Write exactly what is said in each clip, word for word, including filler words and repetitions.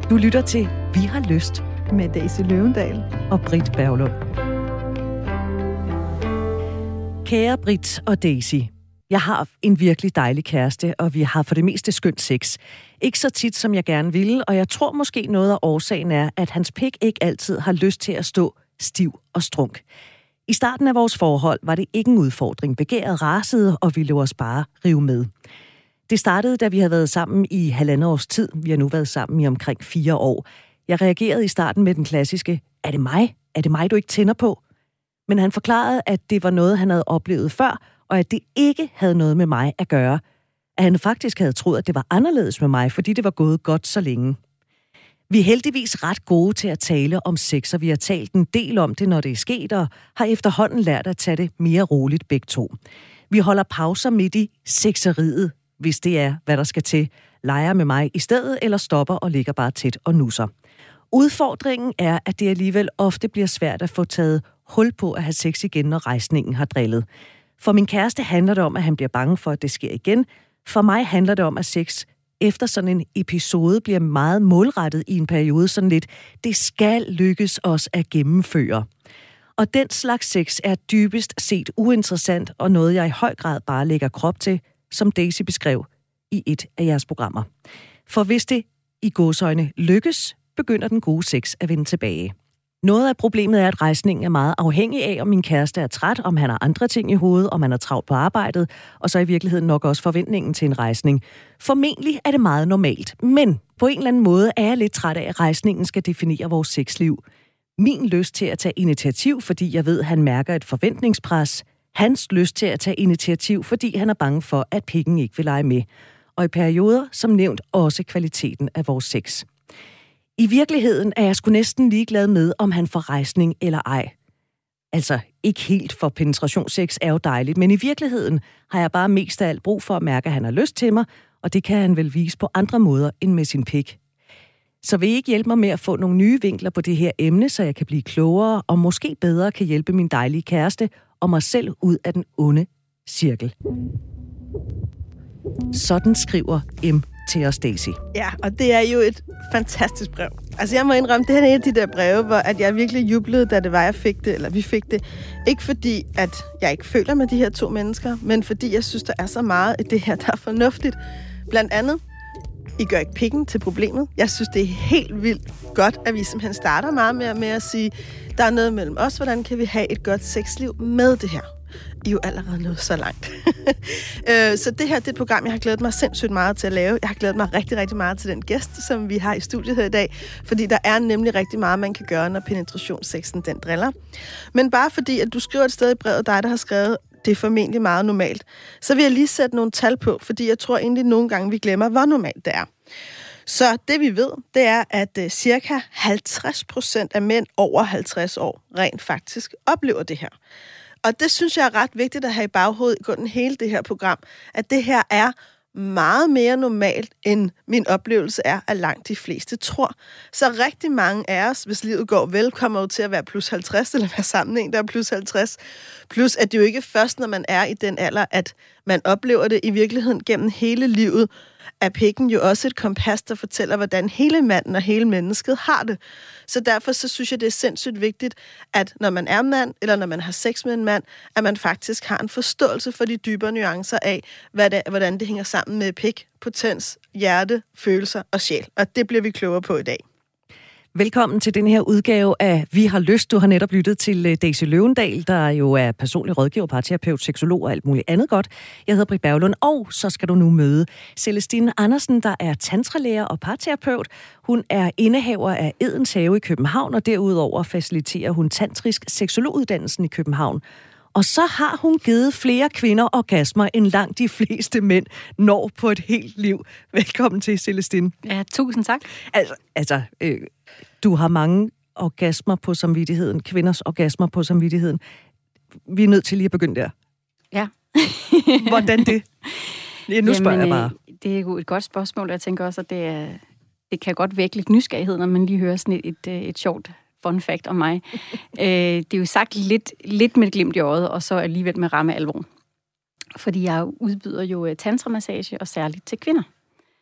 Du lytter til Vi har lyst med Daisy Løvendal og Britt Berglund. Kære Britt og Daisy, jeg har en virkelig dejlig kæreste, og vi har for det meste skønt sex. Ikke så tit, som jeg gerne ville, og jeg tror måske noget af årsagen er, at hans pik ikke altid har lyst til at stå stiv og strunk. I starten af vores forhold var det ikke en udfordring. Begæret rasede, og vi lå os bare rive med. Det startede, da vi havde været sammen i halvandet års tid. Vi har nu været sammen i omkring fire år. Jeg reagerede i starten med den klassiske, er det mig? Er det mig, du ikke tænder på? Men han forklarede, at det var noget, han havde oplevet før, og at det ikke havde noget med mig at gøre. At han faktisk havde troet, at det var anderledes med mig, fordi det var gået godt så længe. Vi er heldigvis ret gode til at tale om sex, og vi har talt en del om det, når det er sket, og har efterhånden lært at tage det mere roligt begge to. Vi holder pauser midt i sexeriet, hvis det er, hvad der skal til. Leger med mig i stedet, eller stopper og ligger bare tæt og nusser. Udfordringen er, at det alligevel ofte bliver svært at få taget hul på at have sex igen, når rejsningen har drillet. For min kæreste handler det om, at han bliver bange for, at det sker igen. For mig handler det om, at sex efter sådan en episode bliver meget målrettet i en periode, sådan lidt, det skal lykkes os at gennemføre. Og den slags sex er dybest set uinteressant, og noget, jeg i høj grad bare lægger krop til, som Daisy beskrev i et af jeres programmer. For hvis det i gåseøjne lykkes, begynder den gode sex at vende tilbage. Noget af problemet er, at rejsningen er meget afhængig af, om min kæreste er træt, om han har andre ting i hovedet, om han er travlt på arbejdet, og så i virkeligheden nok også forventningen til en rejsning. Formentlig er det meget normalt, men på en eller anden måde er jeg lidt træt af, at rejsningen skal definere vores sexliv. Min lyst til at tage initiativ, fordi jeg ved, at han mærker et forventningspres. Hans lyst til at tage initiativ, fordi han er bange for, at pikken ikke vil lege med. Og i perioder, som nævnt, også kvaliteten af vores sex. I virkeligheden er jeg sgu næsten ligeglad med, om han får rejsning eller ej. Altså, ikke helt, for penetrationssex er jo dejligt, men i virkeligheden har jeg bare mest af alt brug for at mærke, at han har lyst til mig, og det kan han vel vise på andre måder end med sin pik. Så vil I ikke hjælpe mig med at få nogle nye vinkler på det her emne, så jeg kan blive klogere, og måske bedre kan hjælpe min dejlige kæreste og mig selv ud af den onde cirkel? Sådan skriver M til os, Daisy. Ja, og det er jo et fantastisk brev. Altså jeg må indrømme, det her er et af de der breve, hvor at jeg virkelig jublede, da det var, jeg fik det, eller vi fik det. Ikke fordi, at jeg ikke føler med de her to mennesker, men fordi jeg synes, der er så meget af det her, der er fornuftigt. Blandt andet, I gør ikke pikken til problemet. Jeg synes, det er helt vildt godt, at vi simpelthen starter meget mere med at sige, der er noget mellem os, hvordan kan vi have et godt sexliv med det her. I er jo allerede nået så langt. Så det her det er et program, jeg har glædet mig sindssygt meget til at lave. Jeg har glædet mig rigtig, rigtig meget til den gæst, som vi har i studiet her i dag. Fordi der er nemlig rigtig meget, man kan gøre, når penetrationssexen den driller. Men bare fordi, at du skriver et sted i brevet, dig der har skrevet, det er formentlig meget normalt, så vil jeg lige sætte nogle tal på, fordi jeg tror egentlig nogle gange, vi glemmer, hvor normalt det er. Så det vi ved, det er, at uh, cirka halvtreds procent af mænd over halvtreds år rent faktisk oplever det her. Og det synes jeg er ret vigtigt at have i baghovedet gennem hele det her program, at det her er meget mere normalt, end min oplevelse er, at langt de fleste tror. Så rigtig mange af os, hvis livet går vel, kommer jo til at være plus halvtreds, eller være sammen med en, der er plus halvtreds. Plus at det jo ikke først, når man er i den alder, at man oplever det i virkeligheden gennem hele livet, er pikken jo også et kompas, der fortæller, hvordan hele manden og hele mennesket har det. Så derfor så synes jeg, det er sindssygt vigtigt, at når man er mand, eller når man har sex med en mand, at man faktisk har en forståelse for de dybere nuancer af, hvad det, hvordan det hænger sammen med pik, potens, hjerte, følelser og sjæl. Og det bliver vi klogere på i dag. Velkommen til den her udgave af Vi har lyst. Du har netop lyttet til Daisy Løvendal, der jo er personlig rådgiver, parterapeut, seksolog og alt muligt andet godt. Jeg hedder Britt Berglund, og så skal du nu møde Celestine Andersen, der er tantralærer og parterapeut. Hun er indehaver af Edens Have i København, og derudover faciliterer hun tantrisk seksologuddannelsen i København. Og så har hun givet flere kvinder orgasmer, end langt de fleste mænd når på et helt liv. Velkommen til, Celestine. Ja, tusind tak. Altså, altså øh, du har mange orgasmer på samvittigheden, kvinders orgasmer på samvittigheden. Vi er nødt til lige at begynde der. Ja. Hvordan det? Ja, nu spørger Jamen, jeg bare. Det er jo et godt spørgsmål, jeg tænker også, at det, er, det kan godt vække lidt nysgerrighed, når man lige hører sådan et, et, et sjovt fun fact om mig. øh, det er jo sagt lidt, lidt med et glimt i øjet, og så alligevel med ramme alvor. Fordi jeg udbyder jo tantramassage, og særligt til kvinder.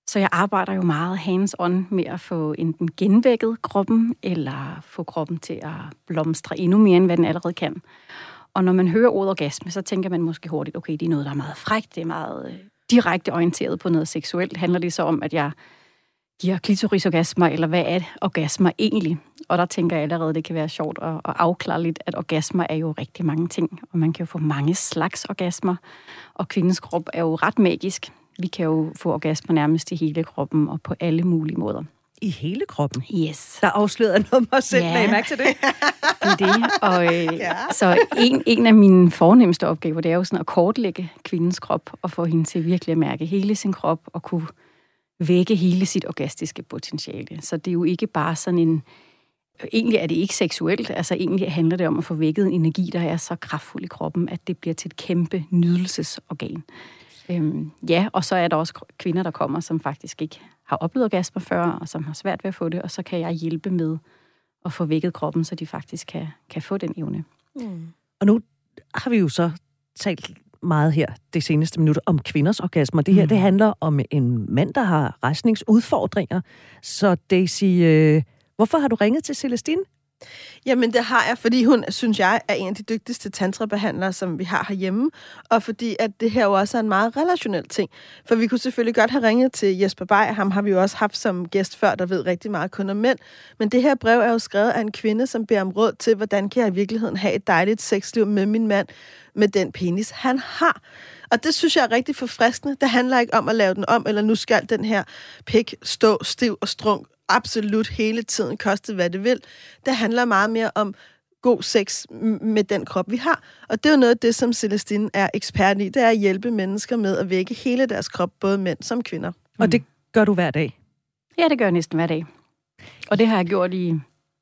Så jeg arbejder jo meget hands-on med at få enten genvækket kroppen, eller få kroppen til at blomstre endnu mere, end hvad den allerede kan. Og når man hører ordet orgasme, så tænker man måske hurtigt, okay, det er noget, der er meget frækt, det er meget direkte orienteret på noget seksuelt. Handler det så om, at jeg giver klitorisorgasmer, eller hvad er orgasmer egentlig? Og der tænker jeg allerede, det kan være sjovt at, at afklare lidt, at orgasmer er jo rigtig mange ting, og man kan jo få mange slags orgasmer, og kvindens krop er jo ret magisk. Vi kan jo få orgasmer nærmest i hele kroppen, og på alle mulige måder. I hele kroppen? Yes. Der afslørede jeg noget mig selv, ja. lagde I mærke til det? Det er det. Og, øh, ja. Så en, en af mine fornemmeste opgaver, det er jo sådan at kortlægge kvindens krop, og få hende til virkelig at mærke hele sin krop, og kunne vække hele sit orgastiske potentiale. Så det er jo ikke bare sådan en... Egentlig er det ikke seksuelt, altså egentlig handler det om at få vækket en energi, der er så kraftfuld i kroppen, at det bliver til et kæmpe nydelsesorgan. Øhm, ja, og så er der også kvinder, der kommer, som faktisk ikke har oplevet orgasmer før, og som har svært ved at få det, og så kan jeg hjælpe med at få vækket kroppen, så de faktisk kan, kan få den evne. Mm. Og nu har vi jo så talt meget her det seneste minut om kvinders orgasmer. Det her, mm. det handler om en mand, der har rejsningsudfordringer. Så Daisy, øh, hvorfor har du ringet til Celestine? Jamen, det har jeg, fordi hun, synes jeg, er en af de dygtigste tantrabehandlere, som vi har herhjemme, og fordi at det her jo også er en meget relationel ting. For vi kunne selvfølgelig godt have ringet til Jesper Bay, ham har vi jo også haft som gæst før, der ved rigtig meget kun om mænd, men det her brev er jo skrevet af en kvinde, som beder om råd til, hvordan kan jeg i virkeligheden have et dejligt sexliv med min mand, med den penis, han har. Og det synes jeg er rigtig forfriskende. Det handler ikke om at lave den om, eller nu skal den her pik stå stiv og strunk absolut hele tiden, koste hvad det vil. Det handler meget mere om god sex med den krop, vi har. Og det er jo noget af det, som Celestine er ekspert i, det er at hjælpe mennesker med at vække hele deres krop, både mænd som kvinder. Mm. Og det gør du hver dag? Ja, det gør jeg næsten hver dag. Og det har jeg gjort i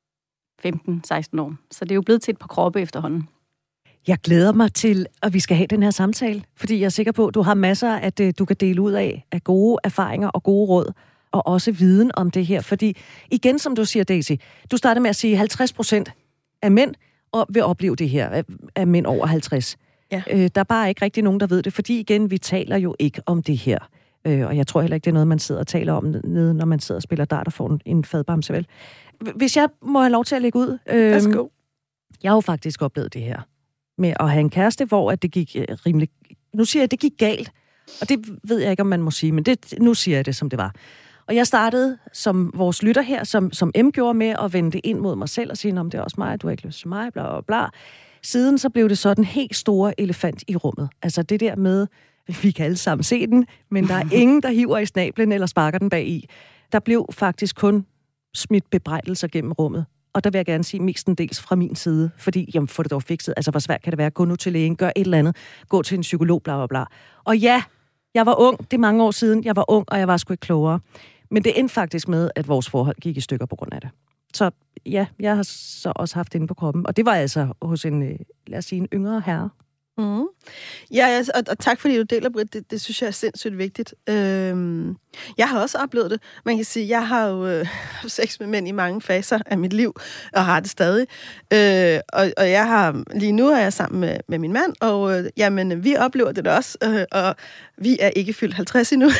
femten seksten år. Så det er jo blevet til et par kroppe efterhånden. Jeg glæder mig til, at vi skal have den her samtale, fordi jeg er sikker på, at du har masser, at du kan dele ud af, af gode erfaringer og gode råd, og også viden om det her. Fordi igen, som du siger, Daisy, du startede med at sige, at halvtreds procent af mænd vil opleve det her, af mænd over halvtreds. Ja. Øh, der er bare ikke rigtig nogen, der ved det, fordi igen, vi taler jo ikke om det her. Øh, og jeg tror heller ikke, det er noget, man sidder og taler om nede, når man sidder og spiller dart og får en, en fadbamse, vel? Hvis jeg må have lov til at lægge ud. Øh, Værsgo. Jeg har jo faktisk oplevet det her med at have en kæreste, hvor at det gik øh, rimelig... Nu siger jeg, at det gik galt. Og det ved jeg ikke, om man må sige, men det, nu siger jeg det, som det var. Og jeg startede, som vores lytter her, som, som M gjorde, med at vende det ind mod mig selv og sige, om det er også mig, du har ikke lyst til mig, bla bla bla. Siden så blev det så den helt store elefant i rummet. Altså det der med, vi kan alle sammen se den, men der er ingen, der hiver i snablen eller sparker den bag i. Der blev faktisk kun smidt bebrejdelser gennem rummet. Og der vil jeg gerne sige mestendels fra min side, fordi, jamen, få det dog fikset. Altså, hvor svært kan det være? Gå nu til lægen, gør et eller andet, gå til en psykolog, bla bla bla. Og ja, jeg var ung, det er mange år siden, jeg var ung, og jeg var sgu ikke klogere. Men det endte faktisk med, at vores forhold gik i stykker på grund af det. Så ja, jeg har så også haft det inde på kroppen. Og det var altså hos en, lad os sige, en yngre herre. Mm. Ja, ja og, og tak fordi du deler, Britt. Det, det synes jeg er sindssygt vigtigt. Øhm, jeg har også oplevet det. Man kan sige, jeg har jo øh, sex med mænd i mange faser af mit liv, og har det stadig. Øh, og, og jeg har, lige nu er jeg sammen med, med min mand, og øh, jamen, vi oplever det da også, øh, og vi er ikke fyldt halvtreds endnu.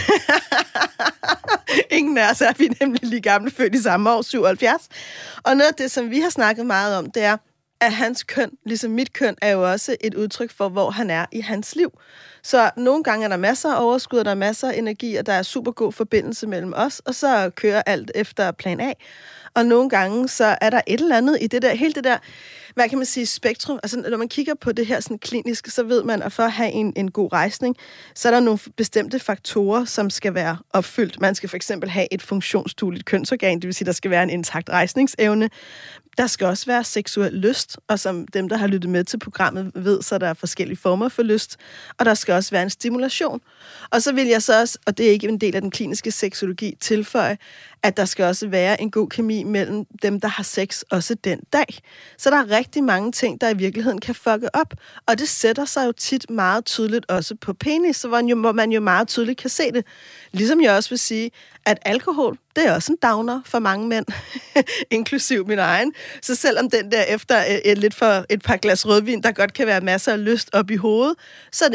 Ingen af os er, vi er nemlig lige gamle, født i samme år, syvoghalvfjerds. Og noget af det, som vi har snakket meget om, det er, at hans køn, ligesom mit køn, er jo også et udtryk for, hvor han er i hans liv. Så nogle gange er der masser af overskud, og der er masser af energi, og der er super god forbindelse mellem os, og så kører alt efter plan A. Og nogle gange, så er der et eller andet i det der, helt det der, hvad kan man sige, spektrum. Altså, når man kigger på det her sådan klinisk, så ved man, at for at have en, en god rejsning, så er der nogle bestemte faktorer, som skal være opfyldt. Man skal for eksempel have et funktionsdueligt kønsorgan, det vil sige, der skal være en intakt rejsningsevne. Der skal også være seksuel lyst, og som dem, der har lyttet med til programmet, ved, så der er forskellige former for lyst. Og der skal også være en stimulation. Og så vil jeg så også, og det er ikke en del af den kliniske seksologi, tilføje, at der skal også være en god kemi mellem dem, der har sex også den dag. Så der er rigtig mange ting, der i virkeligheden kan fucke op. Og det sætter sig jo tit meget tydeligt også på penis, så hvor man jo meget tydeligt kan se det. Ligesom jeg også vil sige, at alkohol, det er også en downer for mange mænd, inklusiv min egen. Så selvom den der efter et, lidt for et par glas rødvin, der godt kan være masser af lyst op i hovedet, så er det ikke sikkert,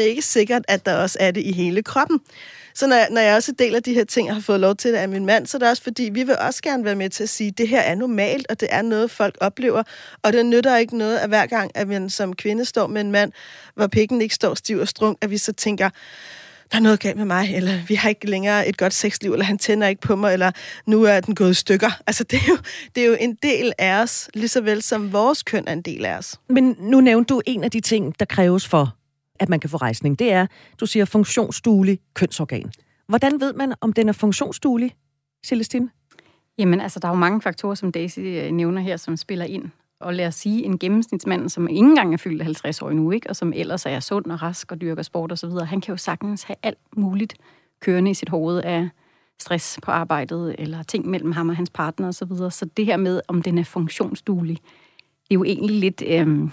sikkert, at der også er det i hele kroppen. Så når jeg, når jeg også deler de her ting, jeg har fået lov til det af min mand, så er det også fordi, vi vil også gerne være med til at sige, at det her er normalt, og det er noget, folk oplever. Og det nytter ikke noget, at hver gang, at man som kvinde står med en mand, hvor pikken ikke står stiv og strunk, at vi så tænker, der er noget galt med mig, eller vi har ikke længere et godt sexliv, eller han tænder ikke på mig, eller nu er den gået i stykker. Altså, det er jo, det er jo en del af os, lige så vel som vores køn er en del af os. Men nu nævnte du en af de ting, der kræves for, at man kan få rejsning. Det er, du siger, funktionsduelig kønsorgan. Hvordan ved man, om den er funktionsduelig, Celestine? Jamen, altså, der er jo mange faktorer, som Daisy nævner her, som spiller ind. Og lad os sige, en gennemsnitsmand, som ikke engang er fyldt halvtreds år nu, ikke, og som ellers er sund og rask og dyrker sport og så videre, han kan jo sagtens have alt muligt kørende i sit hoved af stress på arbejdet, eller ting mellem ham og hans partner og så videre. Så det her med, om den er funktionsduelig, det er jo egentlig lidt... Øhm,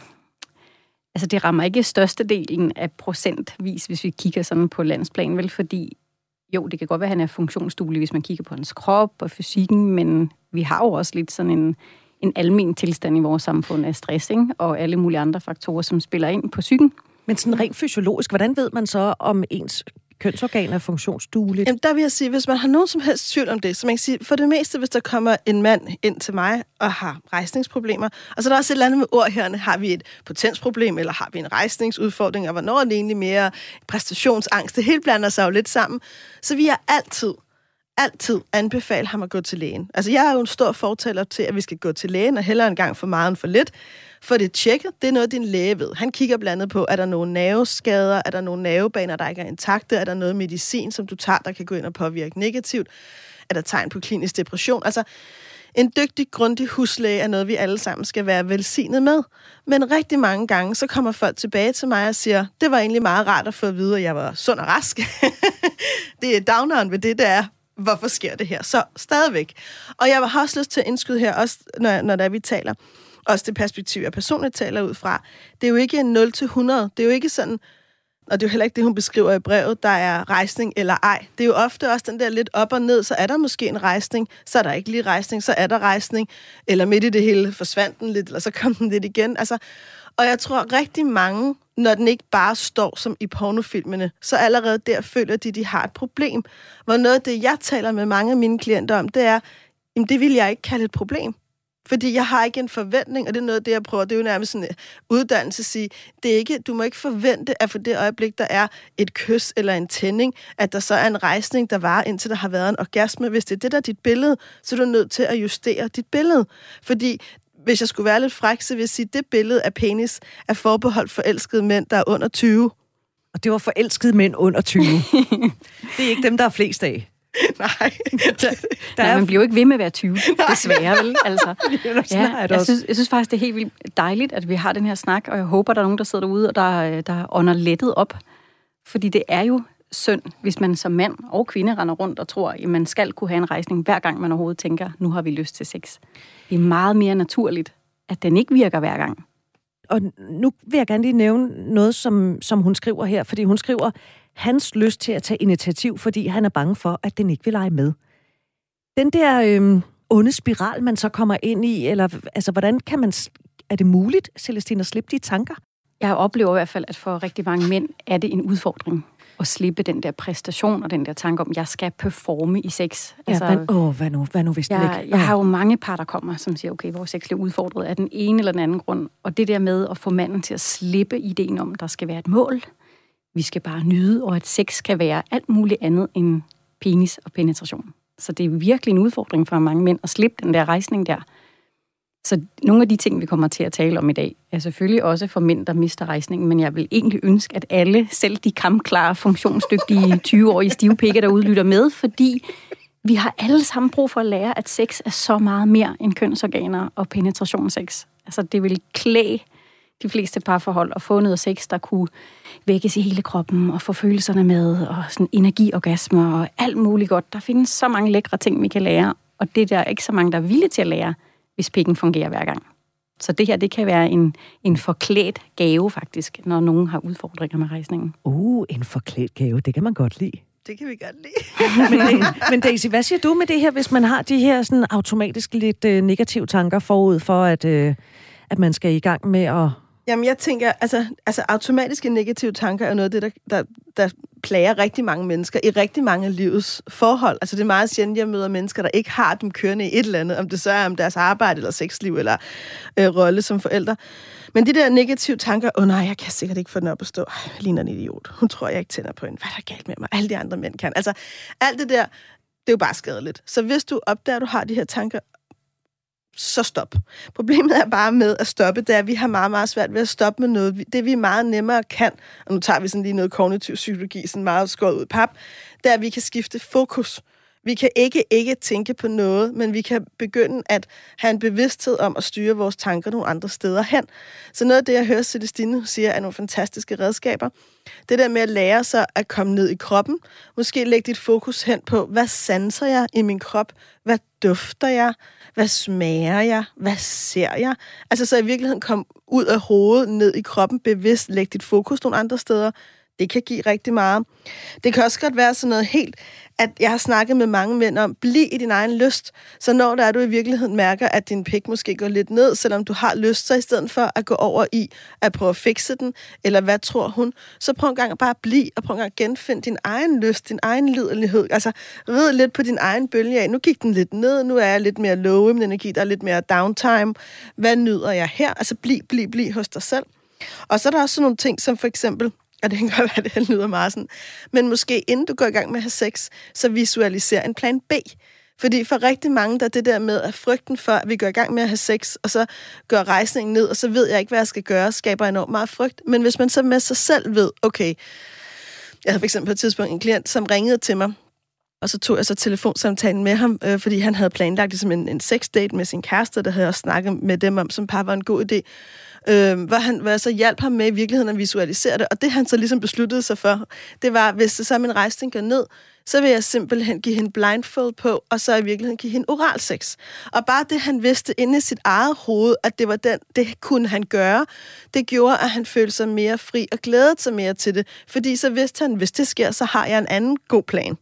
altså, det rammer ikke størstedelen af procentvis, hvis vi kigger sådan på landsplan, vel, fordi jo, det kan godt være, at han er funktionsduelig, hvis man kigger på hans krop og fysikken, men vi har jo også lidt sådan en en almen tilstand i vores samfund af stress, ikke? Og alle mulige andre faktorer, som spiller ind på psyken. Men sådan rent fysiologisk, hvordan ved man så, om ens kønsorgan er funktionsdueligt? Jamen, der vil jeg sige, hvis man har nogen som helst tvivl om det, så man kan sige, for det meste, hvis der kommer en mand ind til mig og har rejsningsproblemer, og så er der også et eller andet med ord her, har vi et potensproblem, eller har vi en rejsningsudfordring, og hvornår er det egentlig mere præstationsangst? Det hele blander sig jo lidt sammen. Så vi er altid altid anbefale ham at gå til lægen. Altså, jeg er jo en stor fortaler til, at vi skal gå til lægen, og hellere en gang for meget end for lidt. For det tjekket, det er noget, din læge ved. Han kigger blandt andet på, er der nogle nerveskader, er der nogle nervebaner, der ikke er intakte, er der noget medicin, som du tager, der kan gå ind og påvirke negativt, er der tegn på klinisk depression. Altså, en dygtig, grundig huslæge er noget, vi alle sammen skal være velsignet med. Men rigtig mange gange, så kommer folk tilbage til mig og siger, det var egentlig meget rart at få at vide, at jeg var sund og rask. Det er downeren ved det, der er. Hvorfor sker det her? Så stadigvæk. Og jeg har også lyst til at indskyde her, også når, når der vi taler, også det perspektiv, jeg personligt taler ud fra. Det er jo ikke en nul til hundrede. Det er jo ikke sådan, og det er jo heller ikke det, hun beskriver i brevet, der er rejsning eller ej. Det er jo ofte også den der lidt op og ned, så er der måske en rejsning, så er der ikke lige rejsning, så er der rejsning, eller midt i det hele forsvandt den lidt, eller så kom den lidt igen. Altså, og jeg tror rigtig mange, når den ikke bare står som i pornofilmene, så allerede der føler de, de har et problem. Hvor noget af det, jeg taler med mange af mine klienter om, det er, jamen det vil jeg ikke kalde et problem. Fordi jeg har ikke en forventning, og det er noget af det, jeg prøver, det er jo nærmest sådan en uddannelse at sige, det er ikke, du må ikke forvente, at for det øjeblik, der er et kys eller en tænding, at der så er en rejsning, der varer, indtil der har været en orgasme. Hvis det er det, der er dit billede, så er du nødt til at justere dit billede. Fordi hvis jeg skulle være lidt fræk, så vil jeg sige, at det billede af penis er forbeholdt forelskede mænd, der er under tyve. Og det var forelskede mænd under tyve. Det er ikke dem, der er flest af. Nej. Der, der er... Man bliver jo ikke ved med at være tyve, desværre, vel? Altså, ja, jeg, synes, jeg synes faktisk, det er helt vildt dejligt, at vi har den her snak, og jeg håber, der er nogen, der sidder derude, og der, der ånder lettet op. Fordi det er jo synd, hvis man som mand og kvinde render rundt og tror, at man skal kunne have en rejsning, hver gang man overhovedet tænker, nu har vi lyst til sex. Det er meget mere naturligt, at den ikke virker hver gang. Og nu vil jeg gerne lige nævne noget, som, som hun skriver her, fordi hun skriver, hans lyst til at tage initiativ, fordi han er bange for, at den ikke vil lege med. Den der øh, onde spiral, man så kommer ind i, eller altså, hvordan kan man, er det muligt, Celestine, at slippe de tanker? Jeg oplever i hvert fald, at for rigtig mange mænd er det en udfordring at slippe den der præstation og den der tanke om, at jeg skal performe i sex. Ja, altså, hvad, åh, hvad nu, hvad nu hvis jeg, det ikke? Jeg har jo mange par, der kommer, som siger, okay, vores sex bliver udfordret af den ene eller den anden grund. Og det der med at få manden til at slippe ideen om, at der skal være et mål, vi skal bare nyde, og at sex kan være alt muligt andet end penis og penetration. Så det er virkelig en udfordring for mange mænd at slippe den der rejsning der. Så nogle af de ting, vi kommer til at tale om i dag, er selvfølgelig også for mænd, der mister rejsningen, men jeg vil egentlig ønske, at alle, selv de kampklare, funktionsdygtige tyve-årige stivpikker, der udlytter med, fordi vi har alle sammen brug for at lære, at sex er så meget mere end kønsorganer og penetrationssex. Altså, det vil klæde de fleste parforhold at få noget sex, der kunne vækkes i hele kroppen og få følelserne med, og sådan energiorgasmer og alt muligt godt. Der findes så mange lækre ting, vi kan lære, og det der er ikke så mange, der er villige til at lære, hvis pikken fungerer hver gang. Så det her, det kan være en, en forklædt gave faktisk, når nogen har udfordringer med rejsningen. Uh, en forklædt gave, det kan man godt lide. Det kan vi godt lide. men, men Daisy, hvad siger du med det her, hvis man har de her sådan automatisk lidt øh, negative tanker forud for, at, øh, at man skal i gang med at, Jamen, jeg tænker, altså, altså automatiske negative tanker er noget af det, der, der, der plager rigtig mange mennesker i rigtig mange af livets forhold. Altså, det er meget sjældent, jeg møder mennesker, der ikke har dem kørende i et eller andet, om det så er om deres arbejde, eller sexliv, eller øh, rolle som forældre. Men de der negative tanker, åh oh, nej, jeg kan sikkert ikke få den op at stå. Ej, jeg ligner en idiot. Hun tror, jeg ikke tænder på hende. Hvad er der galt med mig? Alle de andre mænd kan. Altså, alt det der, det er jo bare skadeligt. Så hvis du opdager, at du har de her tanker, så stop. Problemet er bare med at stoppe, det er, at vi har meget, meget svært ved at stoppe med noget. Det, vi meget nemmere kan, og nu tager vi sådan lige noget kognitiv psykologi, sådan meget skåret ud i pap, det er, at vi kan skifte fokus. Vi kan ikke ikke tænke på noget, men vi kan begynde at have en bevidsthed om at styre vores tanker nogle andre steder hen. Så noget af det, jeg hører Celestine siger, er nogle fantastiske redskaber. Det der med at lære sig at komme ned i kroppen. Måske lægge dit fokus hen på, hvad sanser jeg i min krop? Hvad dufter jeg? Hvad smager jeg? Hvad ser jeg? Altså så i virkeligheden komme ud af hovedet, ned i kroppen, bevidst lægge dit fokus nogle andre steder. Det kan give rigtig meget. Det kan også godt være sådan noget helt, at jeg har snakket med mange mænd om, bliv i din egen lyst. Så når der er, du i virkeligheden mærker, at din pik måske går lidt ned, selvom du har lyst, så i stedet for at gå over i at prøve at fikse den, eller hvad tror hun, så prøv en gang at bare blive, og prøv en gang at genfinde din egen lyst, din egen liderlighed. Altså rid lidt på din egen bølge af. Nu gik den lidt ned, nu er jeg lidt mere low i min energi, der er lidt mere downtime. Hvad nyder jeg her? Altså bliv, bliv, bliv hos dig selv. Og så er der også sådan nogle ting, som for eksempel, og det kan godt være, det lyder meget sådan, men måske inden du går i gang med at have sex, så visualiser en plan B. Fordi for rigtig mange, der er det der med at frygten for, at vi går i gang med at have sex, og så går rejsningen ned, og så ved jeg ikke, hvad jeg skal gøre, skaber enormt meget frygt. Men hvis man så med sig selv ved, okay, jeg havde for eksempel på et tidspunkt en klient, som ringede til mig, og så tog jeg så telefonsamtalen med ham, øh, fordi han havde planlagt ligesom en, en sex-date med sin kæreste, der havde også snakket med dem om, som par var en god idé. Øh, hvor, han, hvor jeg så hjalp ham med i virkeligheden at visualisere det, og det han så ligesom besluttede sig for, det var, hvis det så min rejsning går ned, så vil jeg simpelthen give hende blindfold på, og så i virkeligheden give hende oral sex. Og bare det, han vidste inde i sit eget hoved, at det var den, det kunne han gøre, det gjorde, at han følte sig mere fri og glædede sig mere til det. Fordi så vidste han, hvis det sker, så har jeg en anden god plan.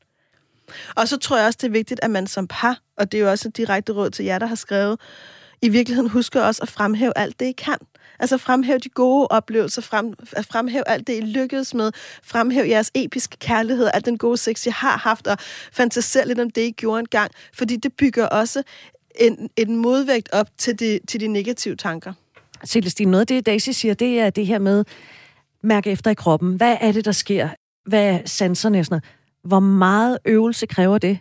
Og så tror jeg også, det er vigtigt, at man som par, og det er jo også et direkte råd til jer, der har skrevet, i virkeligheden husker også at fremhæve alt det, I kan. Altså fremhæv de gode oplevelser, frem, fremhæv alt det, I lykkedes med, fremhæv jeres episke kærlighed, alt den gode sex, I har haft, og fantaser lidt om det, I gjorde engang, fordi det bygger også en, en modvægt op til de, til de negative tanker. Celestine, noget af det, Daisy siger, det er det her med mærke efter i kroppen. Hvad er det, der sker? Hvad er sanserne? Sådan noget? Hvor meget øvelse kræver det?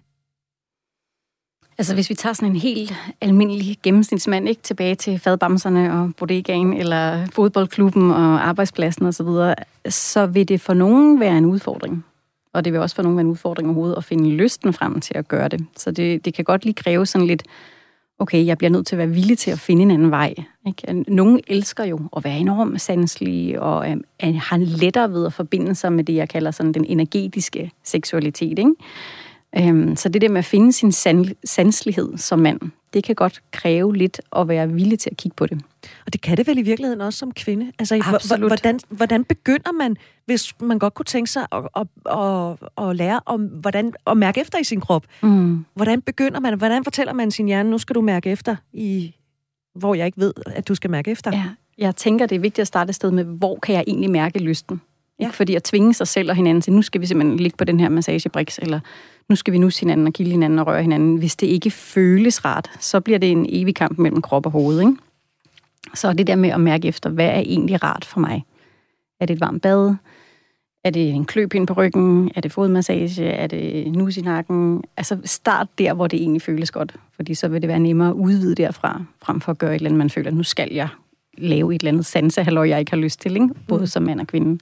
Altså hvis vi tager sådan en helt almindelig gennemsnitsmand, ikke tilbage til fadbamserne og bodegaen, eller fodboldklubben og arbejdspladsen osv., så, videre, så vil det for nogen være en udfordring. Og det vil også for nogen være en udfordring overhovedet at finde lysten frem til at gøre det. Så det, det kan godt lige kræve sådan lidt, okay, jeg bliver nødt til at være villig til at finde en anden vej. Ikke? Nogle elsker jo at være enormt sanselige, og øh, har lettere ved at forbinde sig med det, jeg kalder sådan den energetiske seksualitet, ikke? Øhm, så det der med at finde sin san- sanslighed som mand, det kan godt kræve lidt at være villig til at kigge på det. Og det kan det vel i virkeligheden også som kvinde? Altså, h- hvordan, hvordan begynder man, hvis man godt kunne tænke sig at, at, at, at lære om, hvordan at mærke efter i sin krop? Mm. Hvordan begynder man? Hvordan fortæller man sin hjerne, nu skal du mærke efter, i, hvor jeg ikke ved, at du skal mærke efter? Ja, jeg tænker, det er vigtigt at starte et sted med, hvor kan jeg egentlig mærke lysten? Ja. Ikke fordi at tvinge sig selv og hinanden til, nu skal vi simpelthen ligge på den her massagebriks, eller nu skal vi nusse hinanden og kilde hinanden og røre hinanden. Hvis det ikke føles rart, så bliver det en evig kamp mellem krop og hoved, ikke? Så det der med at mærke efter, hvad er egentlig rart for mig? Er det et varmt bad? Er det en kløpind på ryggen? Er det fodmassage? Er det nus i nakken? Altså start der, hvor det egentlig føles godt. Fordi så vil det være nemmere at udvide derfra, frem for at gøre et eller andet, man føler, at nu skal jeg lave et eller andet sansehalløj, jeg ikke har lyst til, ikke? Både som mand og kvinde.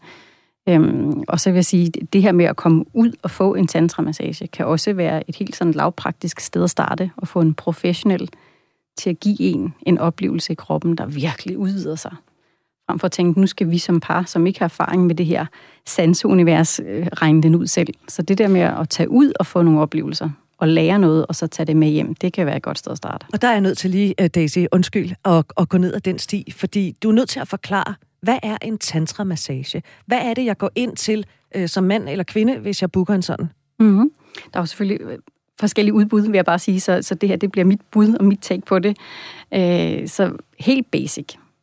Øhm, og så vil jeg sige, det her med at komme ud og få en tantramassage, kan også være et helt sådan lavpraktisk sted at starte, og få en professionel til at give en en oplevelse i kroppen, der virkelig udvider sig. Frem for at tænke, nu skal vi som par, som ikke har erfaring med det her sanseunivers, øh, regne den ud selv. Så det der med at tage ud og få nogle oplevelser, og lære noget, og så tage det med hjem, det kan være et godt sted at starte. Og der er jeg nødt til lige, Daisy, undskyld, at, at gå ned ad den sti, fordi du er nødt til at forklare, hvad er en tantramassage? Hvad er det, jeg går ind til øh, som mand eller kvinde, hvis jeg booker en sådan? Mm-hmm. Der er jo selvfølgelig forskellige udbud, vil jeg bare sige, så, så det her det bliver mit bud og mit take på det. Øh, så helt basic,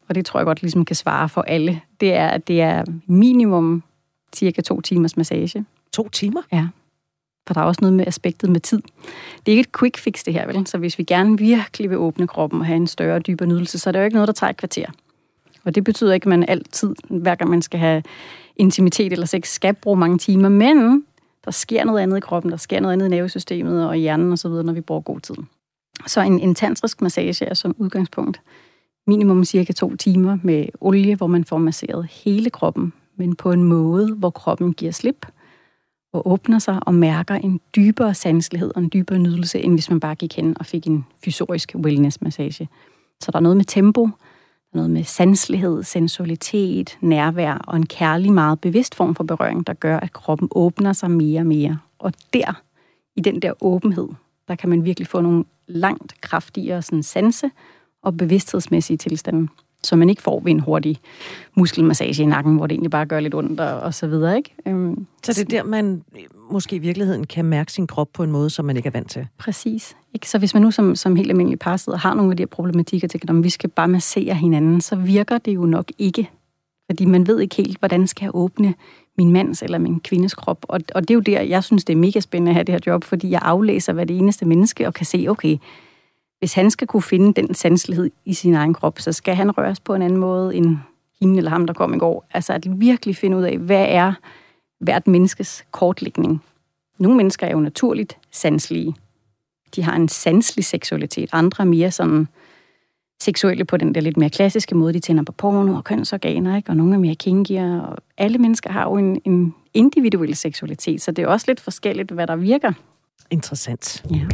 og det tror jeg godt ligesom kan svare for alle, det er, at det er minimum cirka to timers massage. To timer? Ja. For der er også noget med aspektet med tid. Det er ikke et quick fix, det her, vel? Så hvis vi gerne virkelig vil åbne kroppen og have en større og dybere nydelse, så er det jo ikke noget, der tager et kvarter. Og det betyder ikke, at man altid, hver gang man skal have intimitet eller sex, skal bruge mange timer, men der sker noget andet i kroppen, der sker noget andet i nervesystemet og i hjernen osv., når vi bruger god tid. Så en, en tantrisk massage er som udgangspunkt minimum cirka to timer med olie, hvor man får masseret hele kroppen, men på en måde, hvor kroppen giver slip og åbner sig og mærker en dybere sanselighed og en dybere nydelse, end hvis man bare gik hen og fik en fysiorisk wellness-massage. Så der er noget med tempo, der er noget med sanselighed, sensualitet, nærvær og en kærlig, meget bevidst form for berøring, der gør, at kroppen åbner sig mere og mere. Og der, i den der åbenhed, der kan man virkelig få nogle langt kraftigere sådan sanse- og bevidsthedsmæssige tilstande, så man ikke får ved en hurtig muskelmassage i nakken, hvor det egentlig bare gør lidt ondt og, og så videre, ikke? Øhm, så det er der, man måske i virkeligheden kan mærke sin krop på en måde, som man ikke er vant til? Præcis. Ikke? Så hvis man nu som, som helt almindelig par sidder og har nogle af de her problematikker til, at vi skal bare massere hinanden, så virker det jo nok ikke. Fordi man ved ikke helt, hvordan skal jeg åbne min mands eller min kvindes krop. Og, og det er jo der, jeg synes, det er mega spændende at have det her job, fordi jeg aflæser hver det eneste menneske og kan se, okay, hvis han skal kunne finde den sanselighed i sin egen krop, så skal han røres på en anden måde end hende eller ham, der kom i går. Altså at virkelig finde ud af, hvad er hvert menneskes kortlægning. Nogle mennesker er jo naturligt sanselige. De har en sanselig seksualitet. Andre er mere sådan seksuelle på den der lidt mere klassiske måde. De tænder på porno og kønsorganer, ikke? Og nogle er mere kinkier. Og alle mennesker har jo en, en individuel seksualitet, så det er også lidt forskelligt, hvad der virker. Interessant. Ja.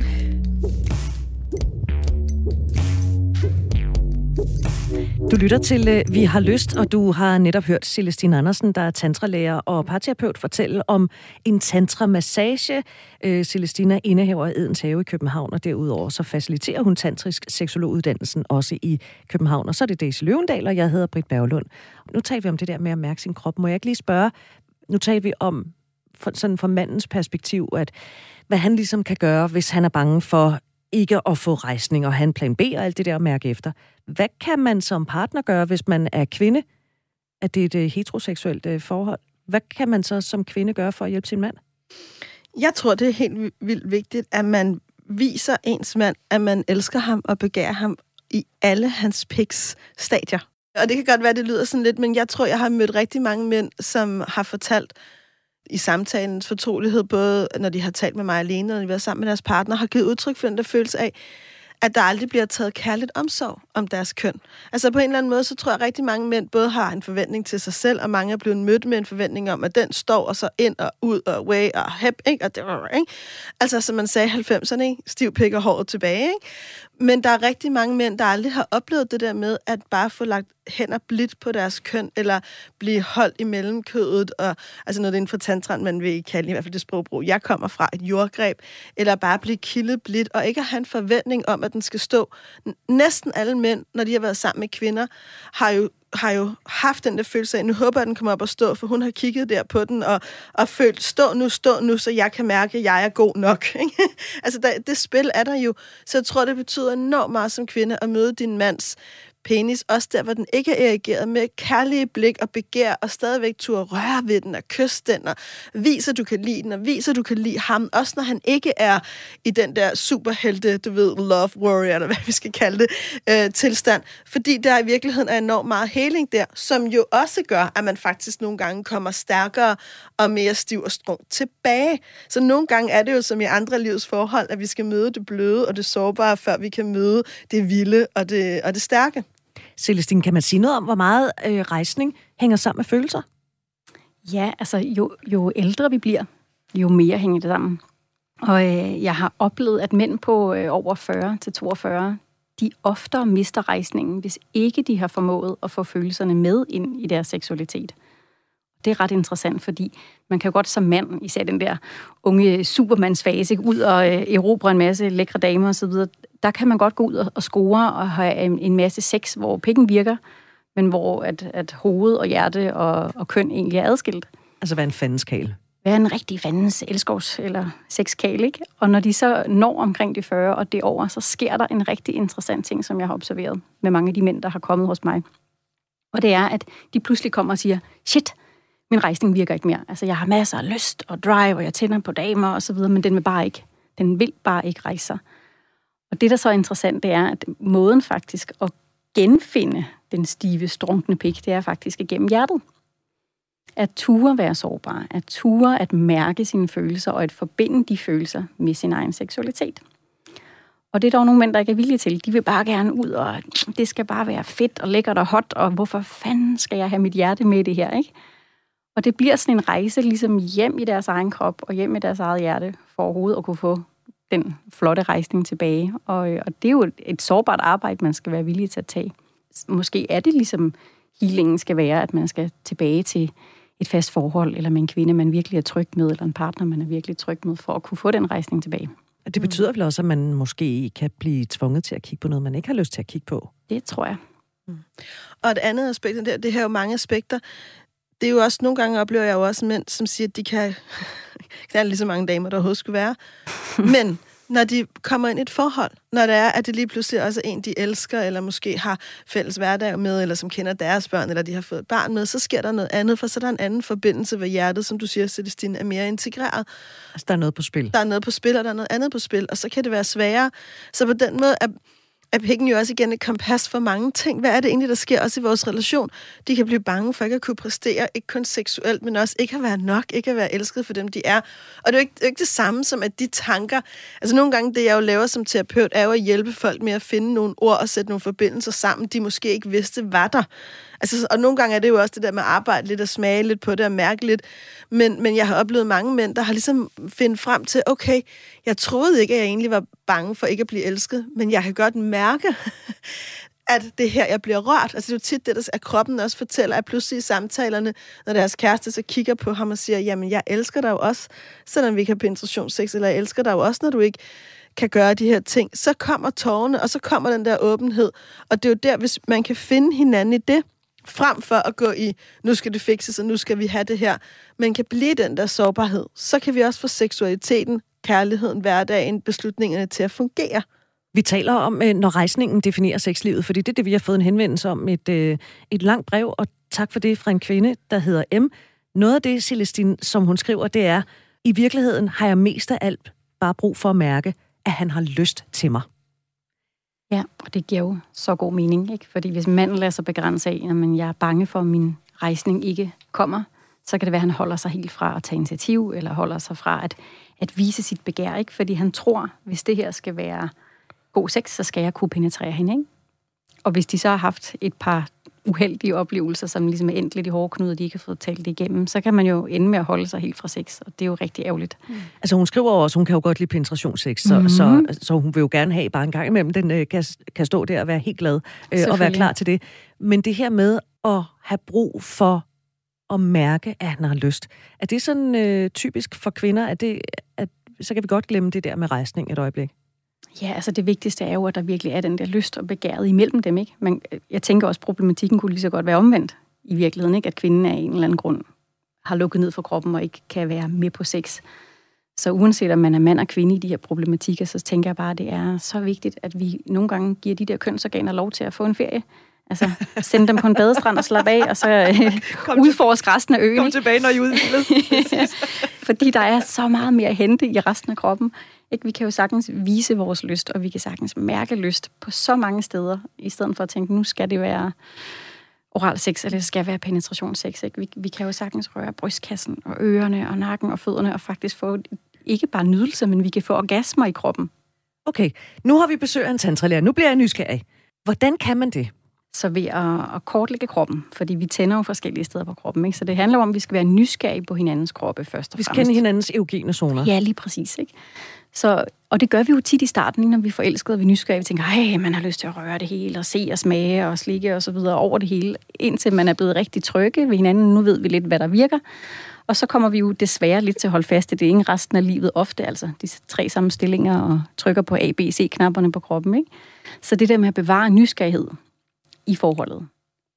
Du lytter til Vi har lyst, og du har netop hørt Celestine Andersen, der er tantralærer og parterapeut, fortælle om en tantramassage. Celestine er indehaver af Edens Have i København, og derudover så faciliterer hun tantrisk seksologuddannelsen også i København. Og så er det Daisy Løvendal, og jeg hedder Britt Berglund. Nu taler vi om det der med at mærke sin krop. Må jeg ikke lige spørge, nu taler vi om sådan fra mandens perspektiv, at hvad han ligesom kan gøre, hvis han er bange for ikke at få rejsning og have en plan B og alt det der at mærke efter. Hvad kan man som partner gøre, hvis man er kvinde? At det er et heteroseksuelt forhold. Hvad kan man så som kvinde gøre for at hjælpe sin mand? Jeg tror, det er helt vildt vigtigt, at man viser ens mand, at man elsker ham og begærer ham i alle hans piks stadier. Og det kan godt være, det lyder sådan lidt, men jeg tror, jeg har mødt rigtig mange mænd, som har fortalt i samtalens fortrolighed, både når de har talt med mig alene, og når de har været sammen med deres partner, har givet udtryk for den der følelse af, at der aldrig bliver taget kærligt omsorg om deres køn. Altså på en eller anden måde, så tror jeg, at rigtig mange mænd både har en forventning til sig selv, og mange er blevet mødt med en forventning om, at den står og så ind og ud og way og hep, ikke? Og det, ikke? Altså som man sagde i halvfemserne, ikke? Stiv pik og håret tilbage, ikke? Men der er rigtig mange mænd, der aldrig har oplevet det der med, at bare få lagt hænder blidt på deres køn, eller blive holdt i mellemkødet, og altså noget inden for tantran, man vil kalde i hvert fald det sprogbrug, jeg kommer fra, et jordgreb, eller bare blive kildet blidt, og ikke at have en forventning om, at den skal stå. Næsten alle mænd, når de har været sammen med kvinder, har jo har jo haft den der følelse af, nu håber jeg, den kommer op og stå, for hun har kigget der på den, og, og følt, stå nu, stå nu, så jeg kan mærke, at jeg er god nok. Altså, der, det spil er der jo. Så jeg tror, det betyder enormt meget som kvinde at møde din mands penis, også der, hvor den ikke er reageret med kærlige blik og begær, og stadigvæk turde røre ved den og kysse den, og viser, du kan lide den, og viser, du kan lide ham, også når han ikke er i den der superhelte, du ved, love warrior, eller hvad vi skal kalde det, øh, tilstand. Fordi der i virkeligheden er enormt meget heling der, som jo også gør, at man faktisk nogle gange kommer stærkere og mere stiv og strung tilbage. Så nogle gange er det jo som i andre livs forhold, at vi skal møde det bløde og det sårbare, før vi kan møde det vilde og det, og det stærke. Celestine, kan man sige noget om, hvor meget øh, rejsning hænger sammen med følelser? Ja, altså jo, jo ældre vi bliver, jo mere hænger det sammen. Og øh, jeg har oplevet, at mænd på øh, over fyrre til toogfyrre, de oftere mister rejsningen, hvis ikke de har formået at få følelserne med ind i deres seksualitet. Det er ret interessant, fordi man kan jo godt som mand, især den der unge supermandsfase, ud og øh, erobre en masse lækre damer og så videre. Der kan man godt gå ud og, og score og have en, en masse sex, hvor pikken virker, men hvor at, at hoved og hjerte og, og køn egentlig er adskilt. Altså hvad en fandens kæle? Hvad en rigtig fandens elskovs eller sexkæle, ikke? Og når de så når omkring de fyrre og det over, så sker der en rigtig interessant ting, som jeg har observeret med mange af de mænd, der har kommet hos mig. Og det er, at de pludselig kommer og siger, shit, min rejsning virker ikke mere. Altså, jeg har masser af lyst og drive, og jeg tænder på damer og så videre, men den vil bare ikke. Den vil bare ikke rejse sig. Og det, der så er interessant, det er, at måden faktisk at genfinde den stive, strunkne pik, det er faktisk igennem hjertet. At ture være sårbar, at ture at mærke sine følelser, og at forbinde de følelser med sin egen seksualitet. Og det er der jo nogle mænd, der ikke er villige til. De vil bare gerne ud, og det skal bare være fedt og lækkert og hot, og hvorfor fanden skal jeg have mit hjerte med i det her, ikke? Og det bliver sådan en rejse ligesom hjem i deres egen krop, og hjem i deres eget hjerte, for overhovedet at kunne få den flotte rejsning tilbage. Og, og det er jo et, et sårbart arbejde, man skal være villig til at tage. Måske er det ligesom healingen skal være, at man skal tilbage til et fast forhold, eller med en kvinde, man virkelig er tryg med, eller en partner, man er virkelig tryg med, for at kunne få den rejsning tilbage. Det betyder vel også, at man måske kan blive tvunget til at kigge på noget, man ikke har lyst til at kigge på? Det tror jeg. Mm. Og et andet aspekt, der, det her er jo mange aspekter. Det er jo også, nogle gange oplever jeg jo også mænd, som siger, at de kan knalde lige så mange damer, der overhovedet skulle være. Men når de kommer ind i et forhold, når det er, at det lige pludselig også er en, de elsker, eller måske har fælles hverdag med, eller som kender deres børn, eller de har fået et barn med, så sker der noget andet, for så er der en anden forbindelse, hvor hjertet, som du siger, Celestine, er mere integreret. Altså, der er noget på spil. Der er noget på spil, og der er noget andet på spil, og så kan det være sværere. Så på den måde er er pikken jo også igen et kompas for mange ting. Hvad er det egentlig, der sker også i vores relation? De kan blive bange for ikke at kunne præstere, ikke kun seksuelt, men også ikke at være nok, ikke at være elsket for dem, de er. Og det er jo ikke, det er ikke det samme som, at de tanker... Altså nogle gange, det jeg jo laver som terapeut, er jo at hjælpe folk med at finde nogle ord og sætte nogle forbindelser sammen, de måske ikke vidste, var der. Altså, og nogle gange er det jo også det der med at arbejde lidt og smage lidt på det og mærke lidt. Men, men jeg har oplevet mange mænd, der har ligesom fundet frem til, okay, jeg troede ikke, at jeg egentlig var bange for ikke at blive elsket, men jeg kan godt mærke, at det her, jeg bliver rørt. Altså det er jo tit det, der at kroppen også fortæller, at pludselig i samtalerne, når deres kæreste så kigger på ham og siger, jamen jeg elsker dig jo også, selvom vi ikke har penetrationssex, eller jeg elsker dig jo også, når du ikke kan gøre de her ting, så kommer tårerne, og så kommer den der åbenhed. Og det er jo der, hvis man kan finde hinanden i det, frem for at gå i, nu skal det fikses, og nu skal vi have det her, men kan blive den der sårbarhed, så kan vi også få seksualiteten, kærligheden, hverdagen, beslutningerne til at fungere. Vi taler om, når rejsningen definerer sexlivet, fordi det er det, vi har fået en henvendelse om, et, et langt brev, og tak for det fra en kvinde, der hedder M. Noget af det, Celestine, som hun skriver, det er, i virkeligheden har jeg mest af alt bare brug for at mærke, at han har lyst til mig. Ja, og det giver jo så god mening, ikke? Fordi hvis manden lader sig begrænse af, at jeg er bange for, at min rejsning ikke kommer, så kan det være, at han holder sig helt fra at tage initiativ, eller holder sig fra at, at vise sit begær, ikke? Fordi han tror, hvis det her skal være god sex, så skal jeg kunne penetrere hende, ikke? Og hvis de så har haft et par uheldige oplevelser, som ligesom er endt lidt i hårde knuder, de ikke har fået talt det igennem, så kan man jo ende med at holde sig helt fra sex, og det er jo rigtig ærgerligt. Mm. Altså hun skriver også, hun kan jo godt lide penetrationssex, så, mm-hmm. så, så hun vil jo gerne have bare en gang imellem, den øh, kan, kan stå der og være helt glad øh, og være klar til det. Men det her med at have brug for at mærke, at han har lyst, er det sådan øh, typisk for kvinder, at, det, at så kan vi godt glemme det der med rejsning et øjeblik? Ja, altså det vigtigste er jo, at der virkelig er den der lyst og begæret imellem dem, ikke? Men jeg tænker også, at problematikken kunne lige så godt være omvendt i virkeligheden, ikke? At kvinden af en eller anden grund har lukket ned for kroppen og ikke kan være med på sex. Så uanset om man er mand og kvinde i de her problematikker, så tænker jeg bare, at det er så vigtigt, at vi nogle gange giver de der kønsorganer lov til at få en ferie. Altså sende dem på en badestrand og slappe af, og så øh, udforske resten af øen. Kom tilbage, når I er udviklet. Fordi der er så meget mere at hente i resten af kroppen. Ikke? Vi kan jo sagtens vise vores lyst, og vi kan sagtens mærke lyst på så mange steder, i stedet for at tænke, nu skal det være oral sex, eller det skal være penetrationssex. Ikke? Vi, vi kan jo sagtens røre brystkassen, og ørerne, og nakken, og fødderne, og faktisk få ikke bare nydelse, men vi kan få orgasmer i kroppen. Okay, nu har vi besøg af en tantralærer. Nu bliver jeg nysgerrig. Hvordan kan man det? Så ved at, at kortlægge kroppen, fordi vi tænder jo forskellige steder på kroppen, ikke? Så det handler om, at vi skal være nysgerrige på hinandens kroppe først og fremmest. Vi skal fremmest. kende hinandens erogene zoner. Ja, lige præcis, ikke? Så, og det gør vi jo tit i starten, når vi er forelskede, og vi er nysgerrige. Vi tænker, ej, man har lyst til at røre det hele, og se og smage og slikke og så videre over det hele, indtil man er blevet rigtig trygge ved hinanden. Nu ved vi lidt, hvad der virker. Og så kommer vi jo desværre lidt til at holde fast i det, ikke? Resten af livet ofte, altså de tre samme stillinger og trykker på A, B, C-knapperne på kroppen, ikke? Så det der med at bevare nysgerrighed i forholdet.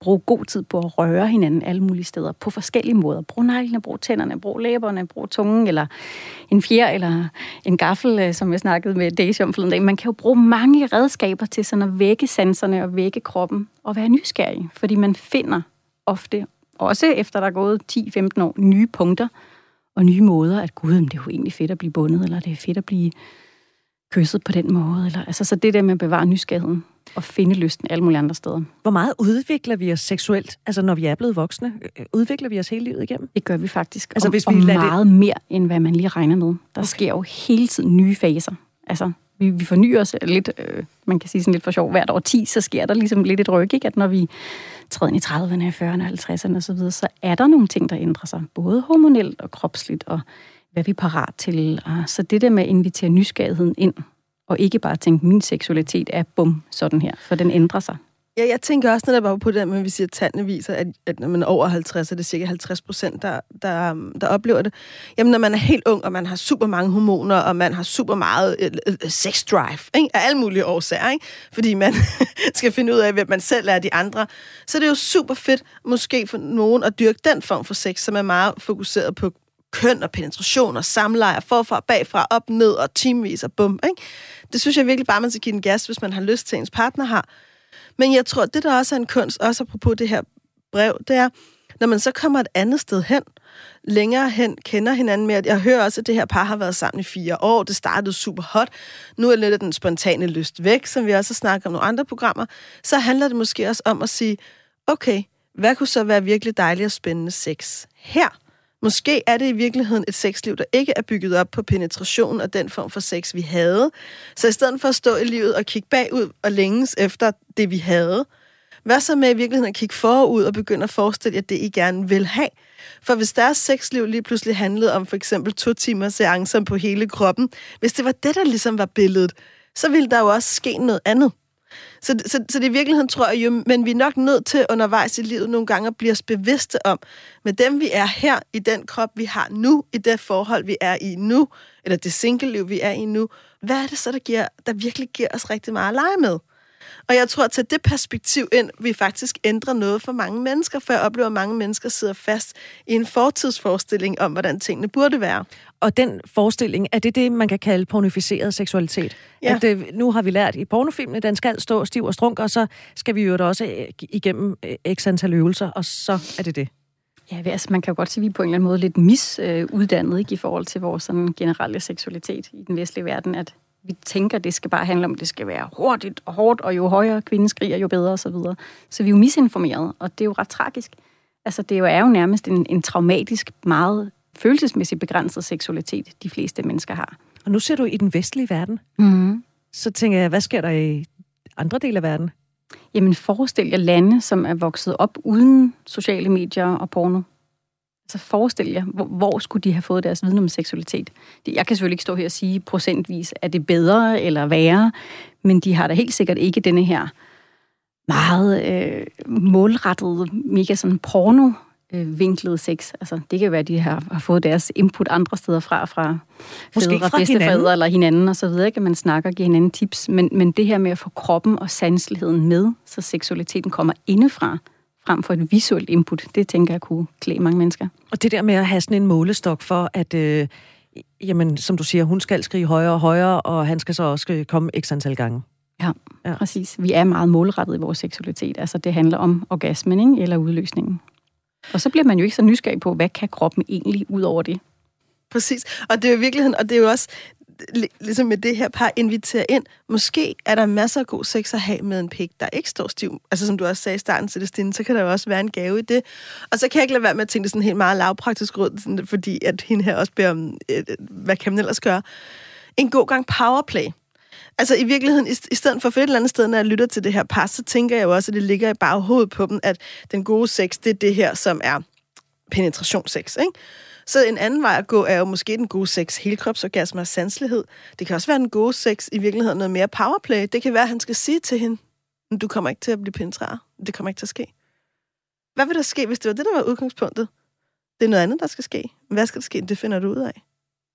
bruge god tid på at røre hinanden alle mulige steder, på forskellige måder. Brug neglene, brug tænderne, brug læberne, brug tungen, eller en fjer, eller en gaffel, som jeg snakkede med Daisy om forleden dag. Man kan jo bruge mange redskaber til sådan at vække sanserne og vække kroppen og være nysgerrig, fordi man finder ofte, også efter der er gået ti til femten år, nye punkter og nye måder, at gud, det er jo egentlig fedt at blive bundet, eller det er fedt at blive kysset på den måde. Eller, altså, så det der med at bevare nysgerrigheden og finde lysten alle mulige andre steder. Hvor meget udvikler vi os seksuelt, altså når vi er blevet voksne? Udvikler vi os hele livet igennem? Det gør vi faktisk. Altså, og, hvis vi og lader meget det... mere, end hvad man lige regner med. Der okay. sker jo hele tiden nye faser. Altså, vi, vi fornyer os lidt, øh, man kan sige sådan lidt for sjov, hvert år ti, så sker der ligesom lidt et ryk, ikke? At når vi træder ind i trediverne, fyrrerne, halvtredserne osv., så er der nogle ting, der ændrer sig. Både hormonelt og kropsligt, og hvad vi er parat til. Så det der med at invitere nysgerrigheden ind, og ikke bare tænke, min seksualitet er bum, sådan her, for den ændrer sig. Ja, jeg tænker også, når der var på det, men vi siger, at tallene viser, at, at når man er over halvtreds, er det cirka halvtreds procent, der, der, der oplever det. Jamen, når man er helt ung, og man har super mange hormoner, og man har super meget uh, sex drive, ikke? Af alle mulige årsager, ikke? Fordi man skal finde ud af, hvem man selv er de andre. Så det er jo super fedt, måske for nogen, at dyrke den form for sex, som er meget fokuseret på køn og penetration og samleje, forfra, bagfra, op, ned og timevis og bum, ikke? Det synes jeg virkelig bare, man skal give den gas, hvis man har lyst til, ens partner har. Men jeg tror, det der også er en kunst, også apropos det her brev, det er, når man så kommer et andet sted hen, længere hen, kender hinanden mere. Jeg hører også, at det her par har været sammen i fire år. Det startede super hot. Nu er lidt af den spontane lyst væk, som vi også har snakket om nogle andre programmer. Så handler det måske også om at sige, okay, hvad kunne så være virkelig dejligt og spændende sex her? Måske er det i virkeligheden et sexliv, der ikke er bygget op på penetration og den form for sex, vi havde. Så i stedet for at stå i livet og kigge bagud og længes efter det, vi havde, hvad så med i virkeligheden at kigge forud og begynde at forestille jer det, I gerne vil have? For hvis deres sexliv lige pludselig handlede om for eksempel to timer seancer på hele kroppen, hvis det var det, der ligesom var billedet, så ville der jo også ske noget andet. Så, så, så det i virkeligheden tror jeg jo, men vi er nok nødt til undervejs i livet nogle gange at blive os bevidste om, med dem vi er her, i den krop vi har nu, i det forhold vi er i nu, eller det single-liv vi er i nu, hvad er det så, der, giver, der virkelig giver os rigtig meget at lege med? Og jeg tror, at til det perspektiv ind, vi faktisk ændrer noget for mange mennesker, for jeg oplever, at mange mennesker sidder fast i en fortidsforestilling om, hvordan tingene burde være. Og den forestilling, er det det, man kan kalde pornificeret seksualitet? Ja. At øh, nu har vi lært i pornofilmene, den skal stå stiv og strunk, og så skal vi jo da også igennem øh, x antal øvelser, og så er det det. Ja, altså man kan jo godt sige, at vi er på en eller anden måde lidt misuddannet, ikke, i forhold til vores sådan, generelle seksualitet i den vestlige verden, at vi tænker, at det skal bare handle om, at det skal være hurtigt og hårdt, og jo højere kvinden skriger, jo bedre, og så videre. Så vi er jo misinformerede, og det er jo ret tragisk. Altså, det er jo, er jo nærmest en, en traumatisk, meget følelsesmæssigt begrænset seksualitet, de fleste mennesker har. Og nu ser du i den vestlige verden. Mm-hmm. Så tænker jeg, hvad sker der i andre dele af verden? Jamen, forestil jer lande, som er vokset op uden sociale medier og porno. Altså forestil jer, hvor, hvor skulle de have fået deres viden om seksualitet? Jeg kan selvfølgelig ikke stå her og sige procentvis, er det bedre eller værre, men de har da helt sikkert ikke denne her meget øh, målrettede, mega sådan porno-vinklede sex. Altså, det kan være, at de har, har fået deres input andre steder fra, fra fædre, bedstefædre eller hinanden og så videre, ikke? At man snakker og giver hinanden tips. Men, men det her med at få kroppen og sanseligheden med, så seksualiteten kommer indefra, frem for et visuelt input, det tænker jeg kunne klæde mange mennesker. Og det der med at have sådan en målestok for, at, øh, jamen, som du siger, hun skal skrige højere og højere, og han skal så også komme x antal gange. Ja, ja, præcis. Vi er meget målrettet i vores seksualitet. Altså, det handler om orgasmen, ikke? Eller udløsningen. Og så bliver man jo ikke så nysgerrig på, hvad kan kroppen egentlig ud over det? Præcis. Og det er jo virkeligheden, og det er jo også ligesom med det her par inviterer ind. Måske er der masser af god sex at have med en pik, der ikke står stiv. Altså som du også sagde i starten til det, Stine, så kan der jo også være en gave i det. Og så kan jeg ikke lade være med at tænke det sådan helt meget lavpraktisk råd, fordi at hende her også beder om, hvad kan man ellers gøre? En god gang powerplay. Altså i virkeligheden, i stedet for for et eller andet sted, når jeg lytter til det her par, så tænker jeg jo også, at det ligger i baghovedet på dem, at den gode sex, det er det her, som er penetrationssex, ikke? Så en anden vej at gå er jo måske den gode sex, helkropsorgasme og sanselighed. Det kan også være den gode sex i virkeligheden noget mere powerplay. Det kan være, at han skal sige til hende, du kommer ikke til at blive penetreret. Det kommer ikke til at ske. Hvad vil der ske, hvis det var det, der var udgangspunktet? Det er noget andet, der skal ske. Hvad skal der ske? Det finder du ud af.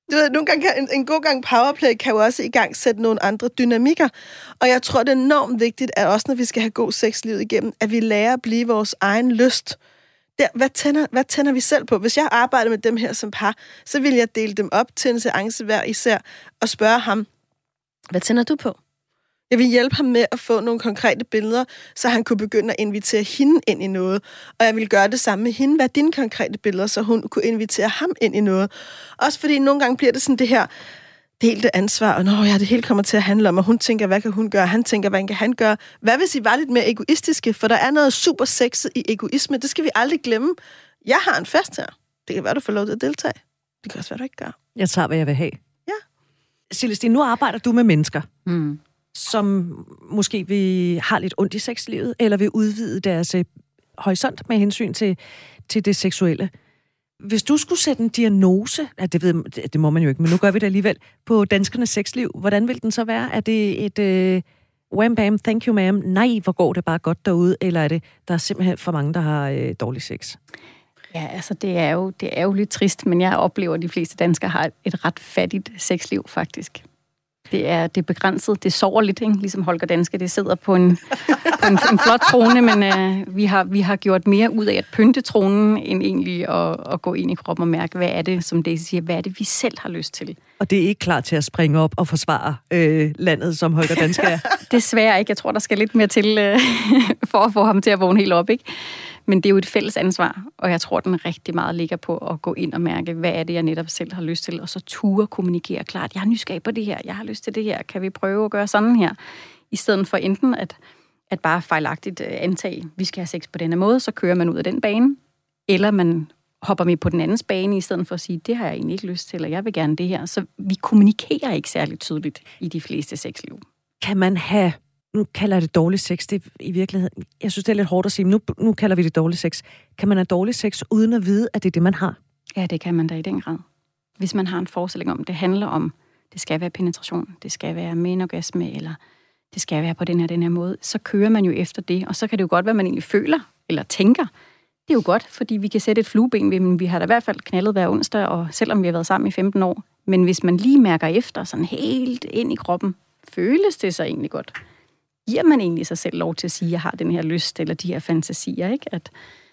Du ved, nogle gange kan, en, en god gang powerplay kan jo også i gang sætte nogle andre dynamikker. Og jeg tror, det er enormt vigtigt, at også når vi skal have god sexlivet igennem, at vi lærer at blive vores egen lyst. Der, hvad, tænder, hvad tænder vi selv på? Hvis jeg arbejder med dem her som par, så vil jeg dele dem op til en seance hver især og spørge ham, hvad tænder du på? Jeg vil hjælpe ham med at få nogle konkrete billeder, så han kunne begynde at invitere hende ind i noget. Og jeg vil gøre det samme med hende. Hvad er dine konkrete billeder, så hun kunne invitere ham ind i noget? Også fordi nogle gange bliver det sådan det her delte ansvar, og når ja, det hele kommer til at handle om, og hun tænker, hvad kan hun gøre? Han tænker, hvad kan han gøre? Hvad hvis I var lidt mere egoistiske? For der er noget super sexet i egoisme. Det skal vi aldrig glemme. Jeg har en fest her. Det kan være, du får lov til at deltage. Det kan også være, du ikke gør. Jeg tager, hvad jeg vil have. Ja. Celestine, nu arbejder du med mennesker. Mm. som måske vil have lidt ondt i sexlivet, eller vil udvide deres øh, horisont med hensyn til, til det seksuelle. Hvis du skulle sætte en diagnose, ja, det, ved, det, det må man jo ikke, men nu gør vi det alligevel, på danskernes sexliv, hvordan vil den så være? Er det et øh, wham bam, thank you ma'am, nej, hvor går det bare godt derude, eller er det, der er simpelthen for mange, der har øh, dårlig sex? Ja, altså det er, jo, det er jo lidt trist, men jeg oplever, at de fleste danskere har et ret fattigt sexliv, faktisk. Det er, det er begrænset. Det sover lidt, ikke? Ligesom Holger Danske. Det sidder på en, på en, en flot trone, men øh, vi, har, vi har gjort mere ud af at pynte tronen, end egentlig at, at gå ind i kroppen og mærke, hvad er det, som Daisy siger, hvad er det, vi selv har lyst til. Og det er ikke klar til at springe op og forsvare øh, landet, som Holger Danske er? Desværre ikke. Jeg tror, der skal lidt mere til, øh, for at få ham til at vågne helt op, ikke? Men det er jo et fælles ansvar, og jeg tror, den rigtig meget ligger på at gå ind og mærke, hvad er det, jeg netop selv har lyst til, og så ture kommunikere klart, jeg er nysgerrig på det her, jeg har lyst til det her, kan vi prøve at gøre sådan her? I stedet for enten at, at bare fejlagtigt antage, vi skal have sex på denne måde, så kører man ud af den bane, eller man hopper med på den andens bane, i stedet for at sige, det har jeg egentlig ikke lyst til, eller jeg vil gerne det her. Så vi kommunikerer ikke særlig tydeligt i de fleste sexliv. Kan man have... Nu kalder jeg det dårlig sex, det i virkeligheden. Jeg synes, det er lidt hårdt at sige, men nu, nu kalder vi det dårlig sex. Kan man have dårlig sex, uden at vide, at det er det, man har? Ja, det kan man da i den grad. Hvis man har en forestilling om, det handler om, det skal være penetration, det skal være med en orgasme, eller det skal være på den her, den her måde, så kører man jo efter det, og så kan det jo godt være, at man egentlig føler, eller tænker. Det er jo godt, fordi vi kan sætte et flueben ved, men vi har da i hvert fald knaldet hver onsdag, og selvom vi har været sammen i femten år. Men hvis man lige mærker efter, sådan helt ind i kroppen, føles det så egentlig godt? Giver man egentlig sig selv lov til at sige, at jeg har den her lyst, eller de her fantasier, ikke? At,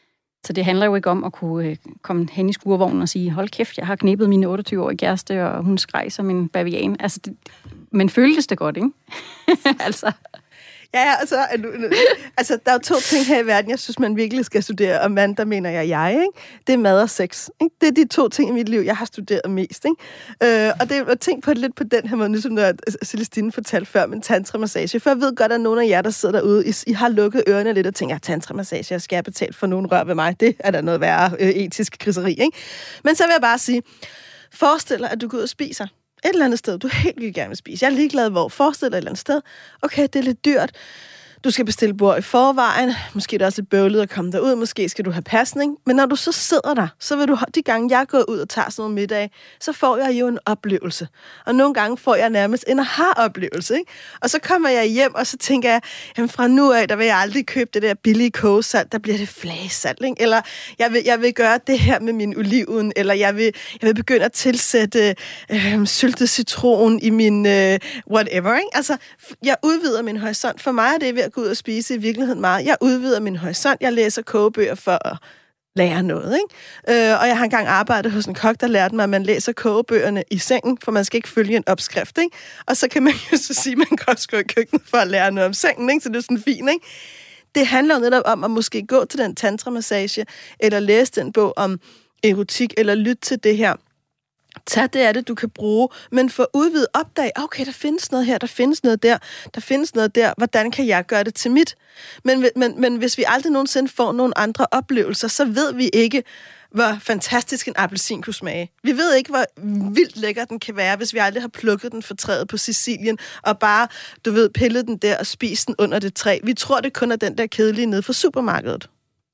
så det handler jo ikke om at kunne øh, komme hen i skurvognen og sige, hold kæft, jeg har knæppet min otteogtyve-årige kæreste, og hun skreg som en bavian. Altså, det, men føltes det godt, ikke? altså... Ja, altså, altså, der er jo to ting her i verden, jeg synes, man virkelig skal studere, og mand, der mener jeg jeg, ikke? Det er mad og sex, ikke? Det er de to ting i mit liv, jeg har studeret mest, ikke? Øh, og det er tænkt på det lidt på den her måde, ligesom når Celestine fortalte før, med tantramassage. For jeg ved godt, at nogle af jer, der sidder derude, I, I har lukket ørerne lidt og tænker, tantramassage, jeg skal have betalt for nogen rør ved mig. Det er der noget værre øh, etisk kriseri, ikke? Men så vil jeg bare sige, forestil dig, at du går ud og spiser et eller andet sted, du helt vildt gerne vil spise. Jeg er ligeglad, hvor. Forestil dig et eller andet sted. Okay, det er lidt dyrt. Du skal bestille bord i forvejen. Måske er det også lidt bøvlet at komme derud. Måske skal du have pasning. Men når du så sidder der, så vil du, de gange jeg går ud og tager sådan nogle middage, så får jeg jo en oplevelse. Og nogle gange får jeg nærmest en aha-oplevelse, ikke? Og så kommer jeg hjem, og så tænker jeg, jamen fra nu af, der vil jeg aldrig købe det der billige kogesalt. Der bliver det flagesalt, ikke? Eller jeg vil, jeg vil gøre det her med min oliven. Eller jeg vil, jeg vil begynde at tilsætte øh, syltet citron i min øh, whatever, ikke? Altså, jeg udvider min horisont. For mig er det ved at gå ud og spise i virkeligheden meget. Jeg udvider min horisont. Jeg læser kogebøger for at lære noget, ikke? Øh, og jeg har engang arbejdet hos en kok, der lærte mig, at man læser kogebøgerne i sengen, for man skal ikke følge en opskrift, ikke? Og så kan man jo så sige, at man kan også gå i køkkenet for at lære noget om sengen, ikke? Så det er sådan fint, ikke? Det handler jo netop om at måske gå til den tantramassage, eller læse den bog om erotik, eller lytte til det her. Tag det af det, du kan bruge, men for udvidet opdag, okay, der findes noget her, der findes noget der, der findes noget der, hvordan kan jeg gøre det til mit? Men, men, men hvis vi aldrig nogensinde får nogle andre oplevelser, så ved vi ikke, hvor fantastisk en appelsin kunne smage. Vi ved ikke, hvor vildt lækker den kan være, hvis vi aldrig har plukket den fra træet på Sicilien, og bare, du ved, pillet den der og spist den under det træ. Vi tror, det kun er den der kedelige nede fra supermarkedet.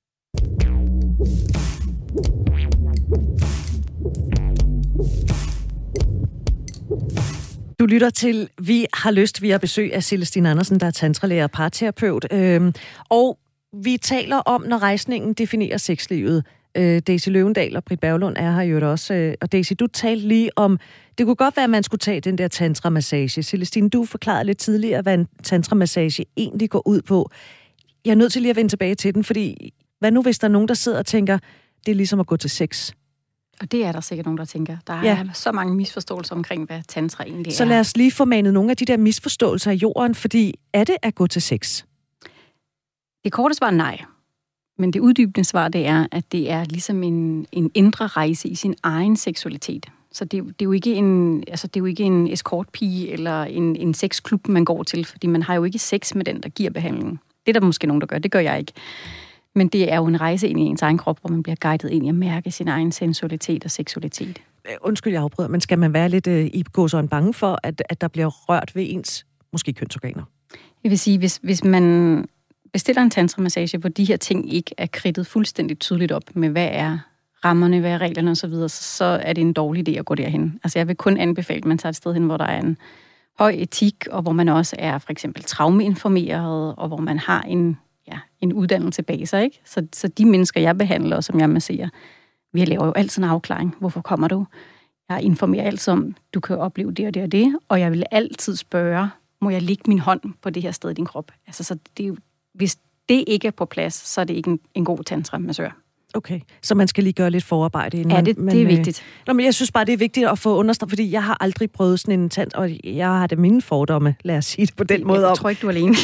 Du lytter til Vi har lyst. Vi har besøg af Celestine Andersen, der er tantralærer og parterapeut. Øhm, og vi taler om, når rejsningen definerer sexlivet. Øh, Daisy Løvendal og Britt Berglund er her jo også. Øh, og Daisy, du talte lige om, det kunne godt være, at man skulle tage den der tantra-massage. Celestine, du forklarede lidt tidligere, hvad en tantra-massage egentlig går ud på. Jeg er nødt til lige at vende tilbage til den, fordi hvad nu, hvis der er nogen, der sidder og tænker, det er ligesom at gå til sex? Og det er der sikkert nogen, der tænker. Der ja. er så mange misforståelser omkring, hvad tantra egentlig er. Så lad os lige få manet nogle af de der misforståelser af jorden, fordi er det at gå til sex? Det korte svar er nej. Men det uddybende svar, det er, at det er ligesom en, en indre rejse i sin egen seksualitet. Så det, det er jo ikke en, altså det er jo ikke en escortpige eller en, en sexklub, man går til, fordi man har jo ikke sex med den, der giver behandlingen. Det er der måske nogen, der gør. Det gør jeg ikke. Men det er jo en rejse ind i ens egen krop, hvor man bliver guidet ind i at mærke sin egen sensualitet og seksualitet. Undskyld, jeg afbryder, men skal man være lidt øh, i gåsøjne bange for, at, at der bliver rørt ved ens, måske kønsorganer? Jeg vil sige, hvis, hvis man bestiller en tantra-massage, hvor de her ting ikke er kridtet fuldstændig tydeligt op med, hvad er rammerne, hvad er reglerne osv., så, så er det en dårlig idé at gå derhen. Altså jeg vil kun anbefale, at man tager et sted hen, hvor der er en høj etik, og hvor man også er for eksempel traumeinformeret, og hvor man har en, ja, en uddannelse bag sig, ikke? Så, så de mennesker, jeg behandler, og som jeg masserer, vi laver jo altid en afklaring. Hvorfor kommer du? Jeg informerer altid om, du kan opleve det og det og det, og jeg vil altid spørge, må jeg lægge min hånd på det her sted i din krop? Altså, så det er jo, hvis det ikke er på plads, så er det ikke en, en god tantra-massør. Okay, så man skal lige gøre lidt forarbejde inden. Ja, det, man, det er vigtigt. Øh, nå, men jeg synes bare, det er vigtigt at få understreget, fordi jeg har aldrig prøvet sådan en tant, og jeg har det mine fordomme, lad os sige det på den jeg, måde. Jeg om. tror ikke, du er alene.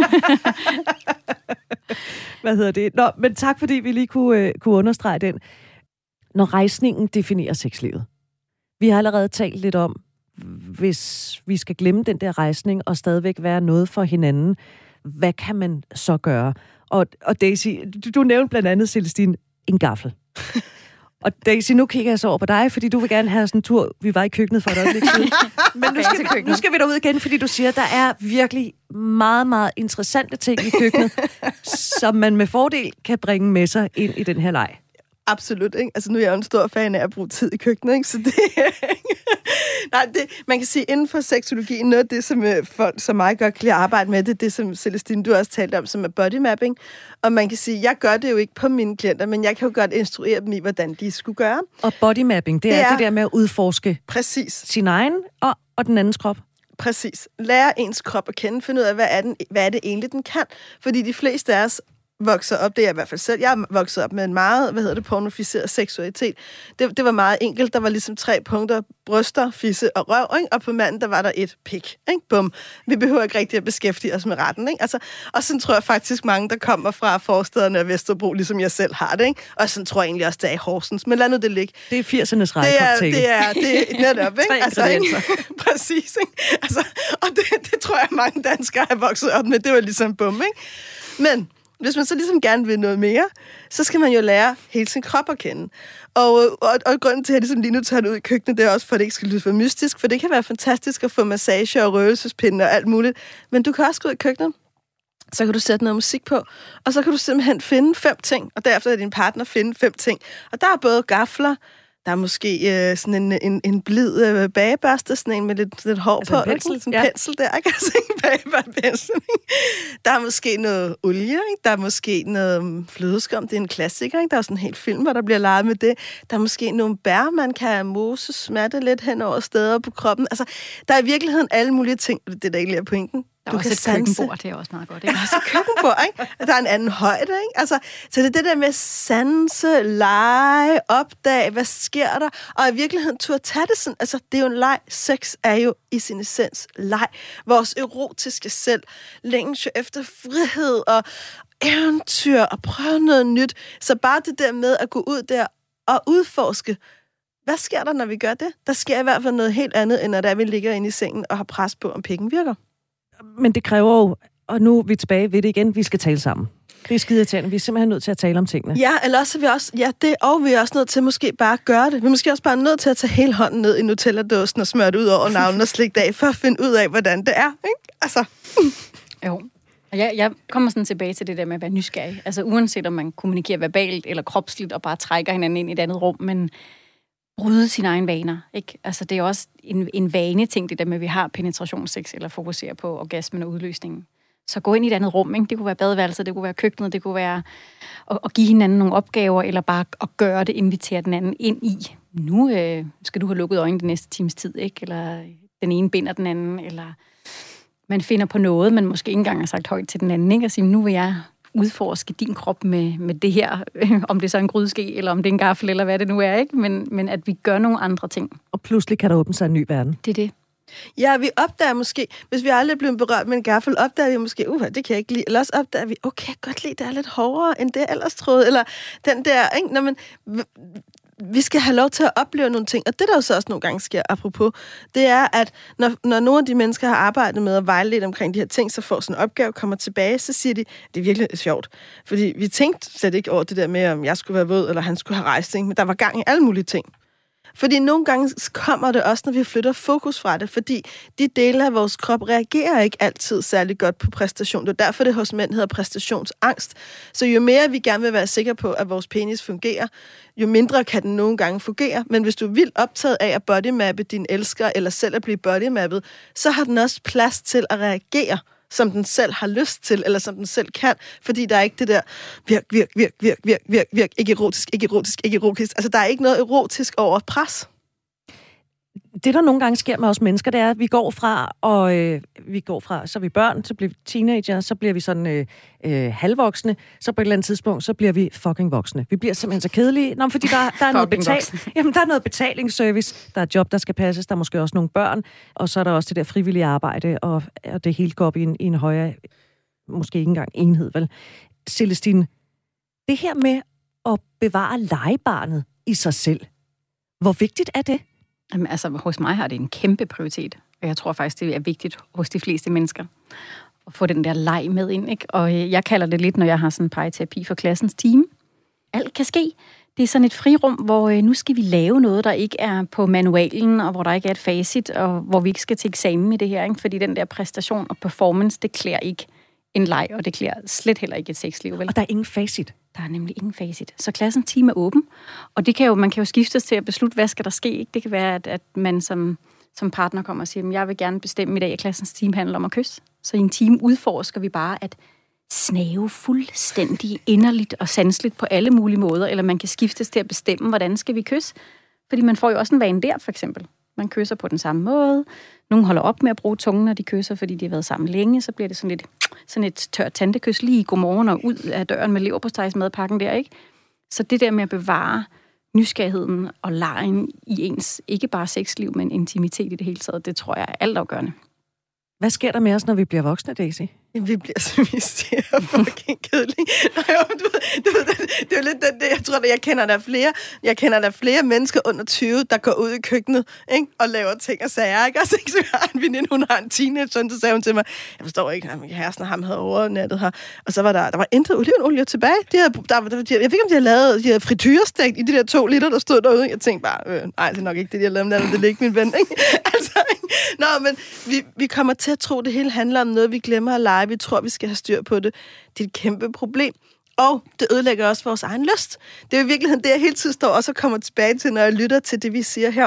Hvad hedder det? Nå, men tak, fordi vi lige kunne, øh, kunne understrege den. Når rejsningen definerer sexlivet. Vi har allerede talt lidt om, hvis vi skal glemme den der rejsning og stadigvæk være noget for hinanden, hvad kan man så gøre? Og, og Daisy, du, du nævnte blandt andet, Celestine, en gaffel. Og Daisy, nu kigger jeg så over på dig, fordi du vil gerne have sådan en tur. Vi var i køkkenet for et øjeblik siden. Men nu skal, vi, nu skal vi derud igen, fordi du siger, at der er virkelig meget, meget interessante ting i køkkenet, som man med fordel kan bringe med sig ind i den her leg. Absolut, ikke? Altså nu er jeg jo en stor fan af at bruge tid i køkkenet, ikke? Så det... Nej, det, man kan sige, inden for seksologien, noget af det, som øh, folk som mig godt kan lide at arbejde med, det er det, som Celestine, du også talte om, som er bodymapping. Og man kan sige, jeg gør det jo ikke på mine klienter, men jeg kan jo godt instruere dem i, hvordan de skulle gøre. Og bodymapping, det, det er, er det der med at udforske præcis. sin egen og, og den andens krop. Præcis. Lære ens krop at kende, finde ud af, hvad er, den, hvad er det egentlig, den kan. Fordi de fleste af os vokser op, det er jeg i hvert fald selv, jeg er vokset op med en meget, hvad hedder det, pornoficeret seksualitet. Det, det var meget enkelt, der var ligesom tre punkter, bryster, fisse og røv, ikke? Og på manden, der var der et pik, ikke? Bum. Vi behøver ikke rigtig at beskæftige os med retten, ikke? Altså, og sådan tror jeg faktisk mange, der kommer fra forstederne af Vesterbro, ligesom jeg selv har det, ikke? Og sådan tror jeg egentlig også, det er i Horsens, men lad nu det ligge. Det er firsernes rejekoptale. Det er, det er, det er netop, ikke? Altså, ikke? Præcis, ikke? Altså, og det, det tror jeg, mange danskere har vokset op med, det var ligesom bum, ikke? Men hvis man så ligesom gerne vil noget mere, så skal man jo lære hele sin krop at kende. Og, og, og grunden til, at jeg ligesom lige nu tager det ud i køkkenet, det er også for, at det ikke skal lyde for mystisk, for det kan være fantastisk at få massage og røgelsespinde og alt muligt. Men du kan også gå ud i køkkenet, så kan du sætte noget musik på, og så kan du simpelthen finde fem ting, og derefter er din partner finde fem ting. Og der er både gafler, der er måske øh, sådan en, en, en blid øh, bagebørste, sådan en med lidt, lidt hår altså på. En pensel? Sådan en ja. pensel der, ikke? Altså en bagebørstepensel, ikke? Der er måske noget olie, ikke? Der er måske noget flødeskum, det er en klassiker, ikke? Der er sådan en helt film, hvor der bliver leget med det. Der er måske nogle bær, man kan mose, smatte lidt hen over steder på kroppen. Altså, der er i virkeligheden alle mulige ting, det er der egentlig er pointen. Der er du også kan et sanse. køkkenbord, det er også meget godt, ikke? Der er også et køkkenbord, ikke? Der er en anden højde, ikke? Altså, så det er det der med sanse, lege, opdage, hvad sker der? Og i virkeligheden, turde tage det sådan, altså, det er jo en leg. Sex er jo i sin essens leg. Vores erotiske selv længes jo efter frihed og eventyr og prøve noget nyt. Så bare det der med at gå ud der og udforske, hvad sker der, når vi gør det? Der sker i hvert fald noget helt andet, end når der vi ligger inde i sengen og har pres på, om pikken virker. Men det kræver jo, og nu er vi tilbage ved det igen, vi skal tale sammen. Det er skideirriterende. Vi er simpelthen nødt til at tale om tingene. Ja, eller også er vi også, ja, det, og vi er også nødt til måske bare at gøre det. Vi er måske også bare nødt til at tage hele hånden ned i Nutella-dåsen og smøre det ud over navnet og slikke det af, for at finde ud af, hvordan det er, ikke? Altså. Jo. Jeg, jeg kommer sådan tilbage til det der med at være nysgerrig. Altså uanset om man kommunikerer verbalt eller kropsligt og bare trækker hinanden ind i et andet rum, men bryde sine egne vaner, ikke? Altså det er også en, en vane ting, det der med, at vi har penetrationssex eller fokuserer på orgasmen og udløsningen. Så gå ind i et andet rum, ikke? Det kunne være badeværelset, det kunne være køkkenet, det kunne være at, at give hinanden nogle opgaver, eller bare at gøre det, invitere den anden ind i. Nu øh, skal du have lukket øjnene den næste times tid, ikke? Eller den ene binder den anden, eller man finder på noget, man måske ikke engang har sagt højt til den anden, ikke? Og sige, nu vil jeg udforske din krop med, med det her, om det så er en grydeske, eller om det er en gaffel, eller hvad det nu er, ikke? Men, men at vi gør nogle andre ting. Og pludselig kan der åbne sig en ny verden. Det er det. Ja, vi opdager måske, hvis vi aldrig er blevet berørt med en gaffel, opdager vi måske, uh, det kan jeg ikke lide. Eller også opdager vi, okay, jeg kan godt lide, det er lidt hårdere, end det jeg ellers troede. Eller den der, ikke? Nå, men, vi skal have lov til at opleve nogle ting. Og det, der jo så også nogle gange sker, apropos, det er, at når, når nogle af de mennesker har arbejdet med at vejlede omkring de her ting, så får sådan en opgave, kommer tilbage, så siger de, det er virkelig sjovt. Fordi vi tænkte slet ikke over det der med, om jeg skulle være våd, eller han skulle have rejst, ikke? Men der var gang i alle mulige ting. Fordi nogle gange kommer det også, når vi flytter fokus fra det, fordi de dele af vores krop reagerer ikke altid særlig godt på præstation. Det er derfor, det hos mænd hedder præstationsangst. Så jo mere vi gerne vil være sikre på, at vores penis fungerer, jo mindre kan den nogle gange fungere. Men hvis du er vildt optaget af at bodymappe din elsker, eller selv at blive bodymappet, så har den også plads til at reagere, som den selv har lyst til, eller som den selv kan, fordi der er ikke det der virk, virk, virk, virk, virk, virk, virk, ikke erotisk, ikke erotisk, ikke erotisk. Altså, der er ikke noget erotisk over pres. Det, der nogle gange sker med os mennesker, det er, at vi går fra, og øh, vi går fra, så er vi børn, så bliver vi teenager, så bliver vi sådan øh, øh, halvvoksne, så på et eller andet tidspunkt, så bliver vi fucking voksne. Vi bliver simpelthen så kedelige. Nå, fordi der, der er noget betal- Jamen, der er noget betalingsservice, der er et job, der skal passes, der er måske også nogle børn, og så er der også det der frivillige arbejde, og, og det hele går op i en, i en højere, måske ikke engang enhed, vel? Celestine, det her med at bevare legebarnet i sig selv, hvor vigtigt er det? Jamen, altså, hos mig har det en kæmpe prioritet, og jeg tror faktisk, det er vigtigt hos de fleste mennesker at få den der leg med ind, ikke? Og jeg kalder det lidt, når jeg har sådan en pegeterapi for klassens team. Alt kan ske. Det er sådan et frirum, hvor øh, nu skal vi lave noget, der ikke er på manualen, og hvor der ikke er et facit, og hvor vi ikke skal til eksamen i det her, ikke? Fordi den der præstation og performance, det klæder ikke en leg, og det klæder slet heller ikke et sexliv, vel? Og der er ingen facit. Der er nemlig ingen facit. Så klassens team er åben, og det kan jo, man kan jo skiftes til at beslutte, hvad skal der ske, ikke? Det kan være, at, at man som, som partner kommer og siger, jeg vil gerne bestemme i dag, at klassens team handler om at kysse. Så i en team udforsker vi bare at snave fuldstændig inderligt og sanseligt på alle mulige måder, eller man kan skiftes til at bestemme, hvordan skal vi kysse. Fordi man får jo også en vane der, for eksempel. Man kysser på den samme måde. Nogle holder op med at bruge tungen, når de kysser, fordi de har været sammen længe. Så bliver det sådan, lidt, sådan et tørt tantekys lige i godmorgen og ud af døren med leverpostejsmadpakken der, ikke? Så det der med at bevare nysgerrigheden og legen i ens, ikke bare sexliv, men intimitet i det hele taget, det tror jeg er altafgørende. Hvad sker der med os, når vi bliver voksne, Daisy? Jamen, vi bliver så mistige og fucking kedelige. Du ved, du ved, det er jo lidt den der, jeg tror, at jeg kender der flere, jeg kender der flere mennesker under tyve, der går ud i køkkenet, ikke? Og laver ting og sager, ikke? Og så, så har en veninde, hun har en teenage-søn, så sagde hun til mig, jeg forstår ikke, at kæresten og ham havde overnattet her. Og så var der, der var intet olivenolie tilbage. De havde, der, der, de, jeg ved ikke, om de havde lavet, de havde frityrestegt i de der to liter, der stod derude. Jeg tænkte bare, øh, nej, det er nok ikke det, de har lavet med det, det er ikke min ven, ikke? Altså, ikke? Nå, men vi, vi kommer til at tro, at det hele handler om noget, vi glemmer at lege. Vi tror, vi skal have styr på det. Det er et kæmpe problem. Og det ødelægger også vores egen lyst. Det er i virkeligheden det, jeg hele tiden står også og kommer tilbage til, når jeg lytter til det, vi siger her.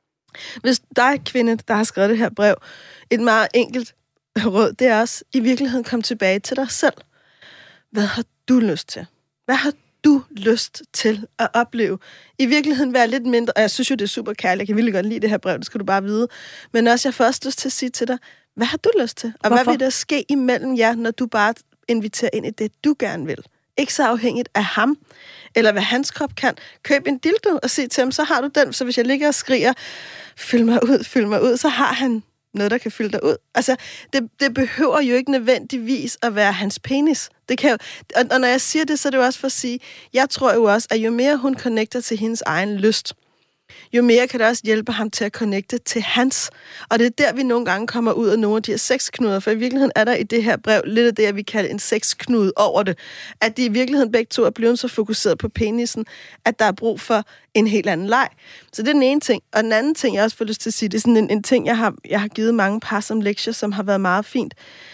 Hvis der er en kvinde, der har skrevet det her brev, et meget enkelt råd, det er også i virkeligheden komme tilbage til dig selv. Hvad har du lyst til? Hvad har du lyst til at opleve? I virkeligheden være lidt mindre, og jeg synes jo, det er super kærligt, jeg kan virkelig godt lide det her brev, det skal du bare vide, men også jeg først lyst til at sige til dig, hvad har du lyst til? Og Hvorfor? Hvad vil der ske imellem jer, når du bare inviterer ind i det, du gerne vil? Ikke så afhængigt af ham, eller hvad hans krop kan. Køb en dildo og sig til ham, så har du den, så hvis jeg ligger og skriger, fyld mig ud, fyld mig ud, så har han noget, der kan fylde dig ud. Altså, det, det behøver jo ikke nødvendigvis at være hans penis. Det kan jo, og, og når jeg siger det, så er det jo også for at sige, jeg tror jo også, at jo mere hun connecter til hendes egen lyst, jo mere kan det også hjælpe ham til at connecte til hans. Og det er der, vi nogle gange kommer ud af nogle af de her sexknuder, for i virkeligheden er der i det her brev lidt af det, vi kalder en sexknude over det. At de i virkeligheden begge to er blevet så fokuseret på penisen, at der er brug for en helt anden leg. Så det er den ene ting. Og den anden ting, jeg også får lyst til at sige, det er sådan en, en ting, jeg har, jeg har givet mange par som lektier, som har været meget fint.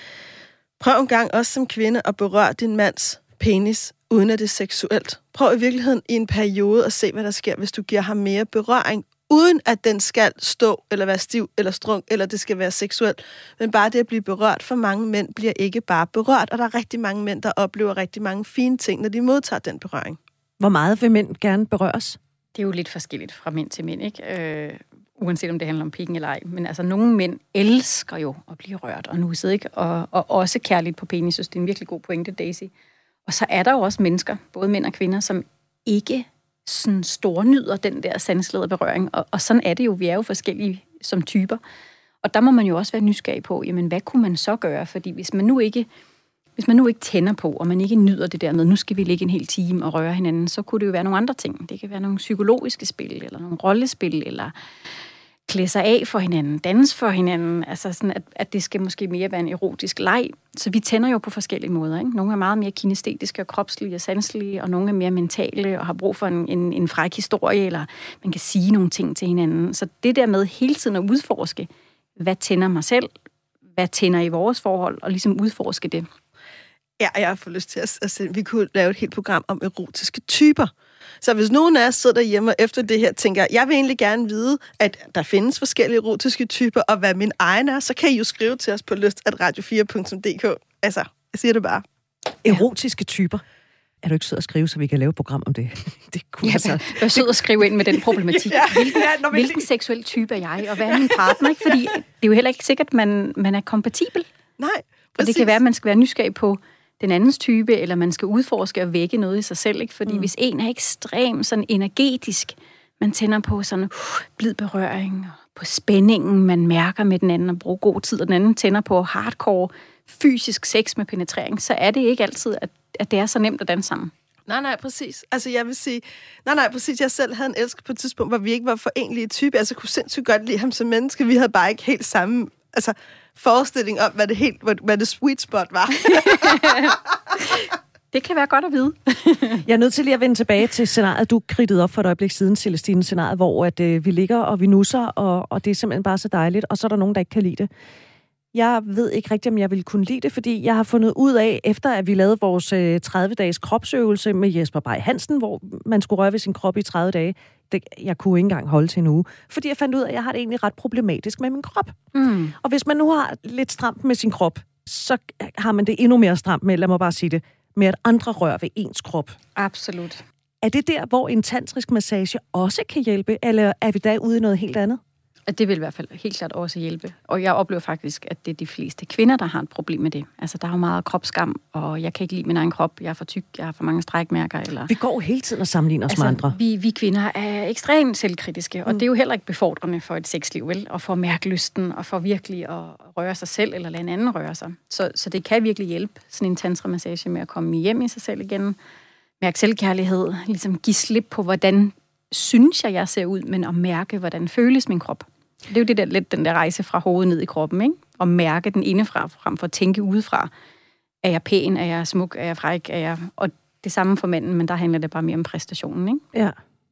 Prøv en gang også som kvinde at berøre din mands penis, uden at det er seksuelt. Prøv i virkeligheden i en periode at se, hvad der sker, hvis du giver ham mere berøring, uden at den skal stå, eller være stiv, eller strunk, eller det skal være seksuelt. Men bare det at blive berørt for mange mænd bliver ikke bare berørt, og der er rigtig mange mænd, der oplever rigtig mange fine ting, når de modtager den berøring. Hvor meget vil mænd gerne berøres? Det er jo lidt forskelligt fra mænd til mænd, ikke? Øh, uanset om det handler om pikken eller ej. Men altså, nogle mænd elsker jo at blive rørt og nusset, ikke? Og, og også kærligt på penis. Det er en virkelig god pointe, Daisy. Og så er der jo også mennesker, både mænd og kvinder, som ikke sådan stornyder den der sanselige berøring. Og, og sådan er det jo. Vi er jo forskellige som typer. Og der må man jo også være nysgerrig på, jamen hvad kunne man så gøre? Fordi hvis man nu ikke, hvis man nu ikke tænder på, og man ikke nyder det der med, nu skal vi ligge en hel time og røre hinanden, så kunne det jo være nogle andre ting. Det kan være nogle psykologiske spil, eller nogle rollespil, eller klæde sig af for hinanden, danse for hinanden. Altså sådan, at, at det skal måske mere være en erotisk leg. Så vi tænder jo på forskellige måder, ikke? Nogle er meget mere kinestetiske og kropslige og sanselige, og nogle er mere mentale og har brug for en, en, en fræk historie, eller man kan sige nogle ting til hinanden. Så det der med hele tiden at udforske, hvad tænder mig selv, hvad tænder i vores forhold, og ligesom udforske det. Ja, jeg har fået lyst til at, at se, vi kunne lave et helt program om erotiske typer. Så hvis nogen af os sidder derhjemme og efter det her tænker, jeg vil egentlig gerne vide, at der findes forskellige erotiske typer, og hvad min egen er, så kan I jo skrive til os på lyst at radio fire punktum d k. Altså, jeg siger det bare. Erotiske typer. Er du ikke sød at skrive, så vi kan lave et program om det? Det kunne ja, altså... Vær sød at skrive ind med den problematik. ja, hvilken, ja, hvilken seksuel type er jeg, og hvad er min partner? Ikke? Fordi det er jo heller ikke sikkert, at man, man er kompatibel. Nej, præcis. Og det kan være, at man skal være nysgerrig på den andens type, eller man skal udforske og vække noget i sig selv. Ikke? Fordi mm. hvis en er ekstremt sådan energetisk, man tænder på sådan uh, blid berøring, på spændingen, man mærker med den anden, og bruger god tid, og den anden tænder på hardcore fysisk sex med penetrering, så er det ikke altid, at, at det er så nemt at danse sammen. Nej, nej, præcis. Altså, jeg vil sige... Nej, nej, præcis. Jeg selv havde en elsker på et tidspunkt, hvor vi ikke var forenlige typer. Altså, jeg kunne sindssygt godt lide ham som menneske. Vi havde bare ikke helt samme... Altså, forestilling om, hvad det helt, hvad det sweet spot var. Det kan være godt at vide. Jeg er nødt til lige at vende tilbage til scenariet, du kridtede op for et øjeblik siden, Celestine, scenariet, hvor at, øh, vi ligger og vi nusser, og, og det er simpelthen bare så dejligt, og så er der nogen, der ikke kan lide det. Jeg ved ikke rigtigt, om jeg ville kunne lide det, fordi jeg har fundet ud af, efter at vi lavede vores øh, tredive-dages kropsøvelse med Jesper Bay Hansen, hvor man skulle røre ved sin krop i tredive dage, det, jeg kunne ikke engang holde til en uge, fordi jeg fandt ud af, at jeg har det egentlig ret problematisk med min krop. Mm. Og hvis man nu har lidt stramt med sin krop, så har man det endnu mere stramt med, lad mig bare sige det, med at andre rører ved ens krop. Absolut. Er det der, hvor en tantrisk massage også kan hjælpe, eller er vi der ude i noget helt andet? Det vil i hvert fald helt klart også hjælpe. Og jeg oplever faktisk, at det er de fleste kvinder, der har et problem med det. Altså, der er jo meget kropsskam, og jeg kan ikke lide min egen krop. Jeg er for tyk, jeg har for mange strækmærker. Eller... Vi går hele tiden og sammenligner os altså, med andre. Vi, vi kvinder er ekstremt selvkritiske, og mm. det er jo heller ikke befordrende for et sexliv, vel? Og for at mærke lysten, og for virkelig at røre sig selv, eller lade en anden røre sig. Så, så det kan virkelig hjælpe, sådan en tantra-massage, med at komme hjem i sig selv igen. Mærke selvkærlighed, ligesom give slip på, hvordan synes jeg, jeg ser ud, men at mærke, hvordan føles min krop. Det er jo det der, lidt den der rejse fra hovedet ned i kroppen, ikke? Og mærke den indefra, frem for at tænke udefra. Er jeg pæn? Er jeg smuk? Er jeg fræk? Er jeg... Og det samme for manden, men der handler det bare mere om præstationen, ikke? Ja.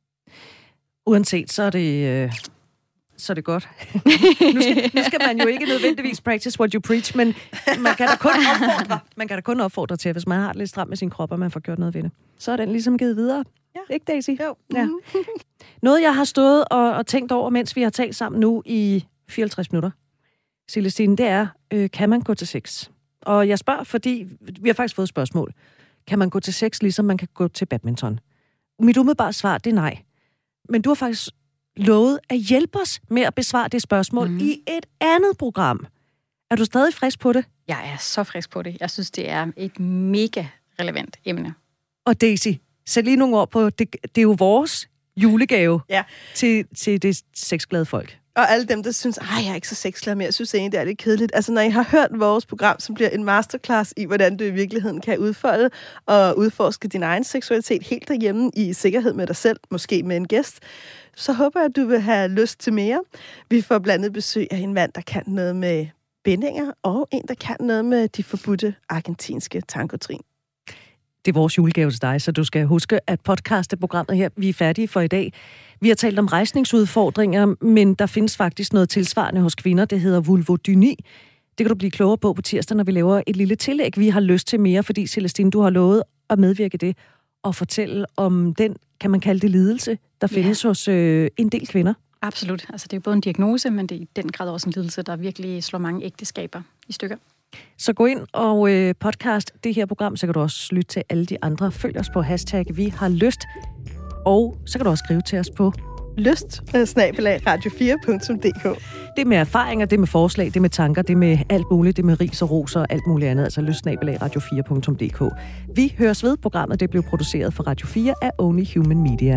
Uanset, så er det, øh, så er det godt. nu, skal, nu skal man jo ikke nødvendigvis practice what you preach, men man kan da kun opfordre, man kan da kun opfordre til, at hvis man har det lidt stramt med sin krop, og man får gjort noget ved det. Så er den ligesom givet videre. Ja. Ikke, Daisy? Jo. Ja. Noget, jeg har stået og, og tænkt over, mens vi har talt sammen nu i fireoghalvtreds minutter, Celestine, det er, øh, kan man gå til sex? Og jeg spørger, fordi vi har faktisk fået et spørgsmål. Kan man gå til sex, ligesom man kan gå til badminton? Mit umiddelbare svar, det er nej. Men du har faktisk lovet at hjælpe os med at besvare det spørgsmål mm. i et andet program. Er du stadig frisk på det? Jeg er så frisk på det. Jeg synes, det er et mega relevant emne. Og Daisy, sæt lige nogle ord på, det, det er jo vores julegave ja. til, til det sexglade folk. Og alle dem, der synes, at jeg er ikke så sexglad mere, jeg synes egentlig, det er lidt kedeligt. Altså, når I har hørt vores program, som bliver en masterclass i, hvordan du i virkeligheden kan udfolde og udforske din egen seksualitet helt derhjemme i sikkerhed med dig selv, måske med en gæst, så håber jeg, at du vil have lyst til mere. Vi får blandt andet besøg af en mand, der kan noget med bindinger, og en, der kan noget med de forbudte argentinske tangotrin. Det er vores julegave til dig, så du skal huske at podcaste programmet her. Vi er færdige for i dag. Vi har talt om rejsningsudfordringer, men der findes faktisk noget tilsvarende hos kvinder. Det hedder vulvodyni. Det kan du blive klogere på på tirsdag, når vi laver et lille tillæg. Vi har lyst til mere, fordi Celestine, du har lovet at medvirke det og fortælle om den, kan man kalde det, lidelse, der findes ja. hos øh, en del kvinder. Absolut. Altså, det er både en diagnose, men det er i den grad også en lidelse, der virkelig slår mange ægteskaber i stykker. Så gå ind og øh, podcast det her program, så kan du også lytte til alle de andre. Følg os på hashtag Vi har lyst, og så kan du også skrive til os på lyst snabel-a radio fire punktum d k. Det med erfaringer, det med forslag, det med tanker, det med alt muligt, det med ris og ros og alt muligt andet, altså lyst snabel-a radio fire punktum d k. Vi høres ved. Programmet det blev produceret for Radio fire af Only Human Media.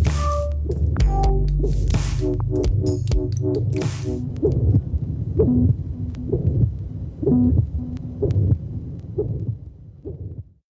Thank you.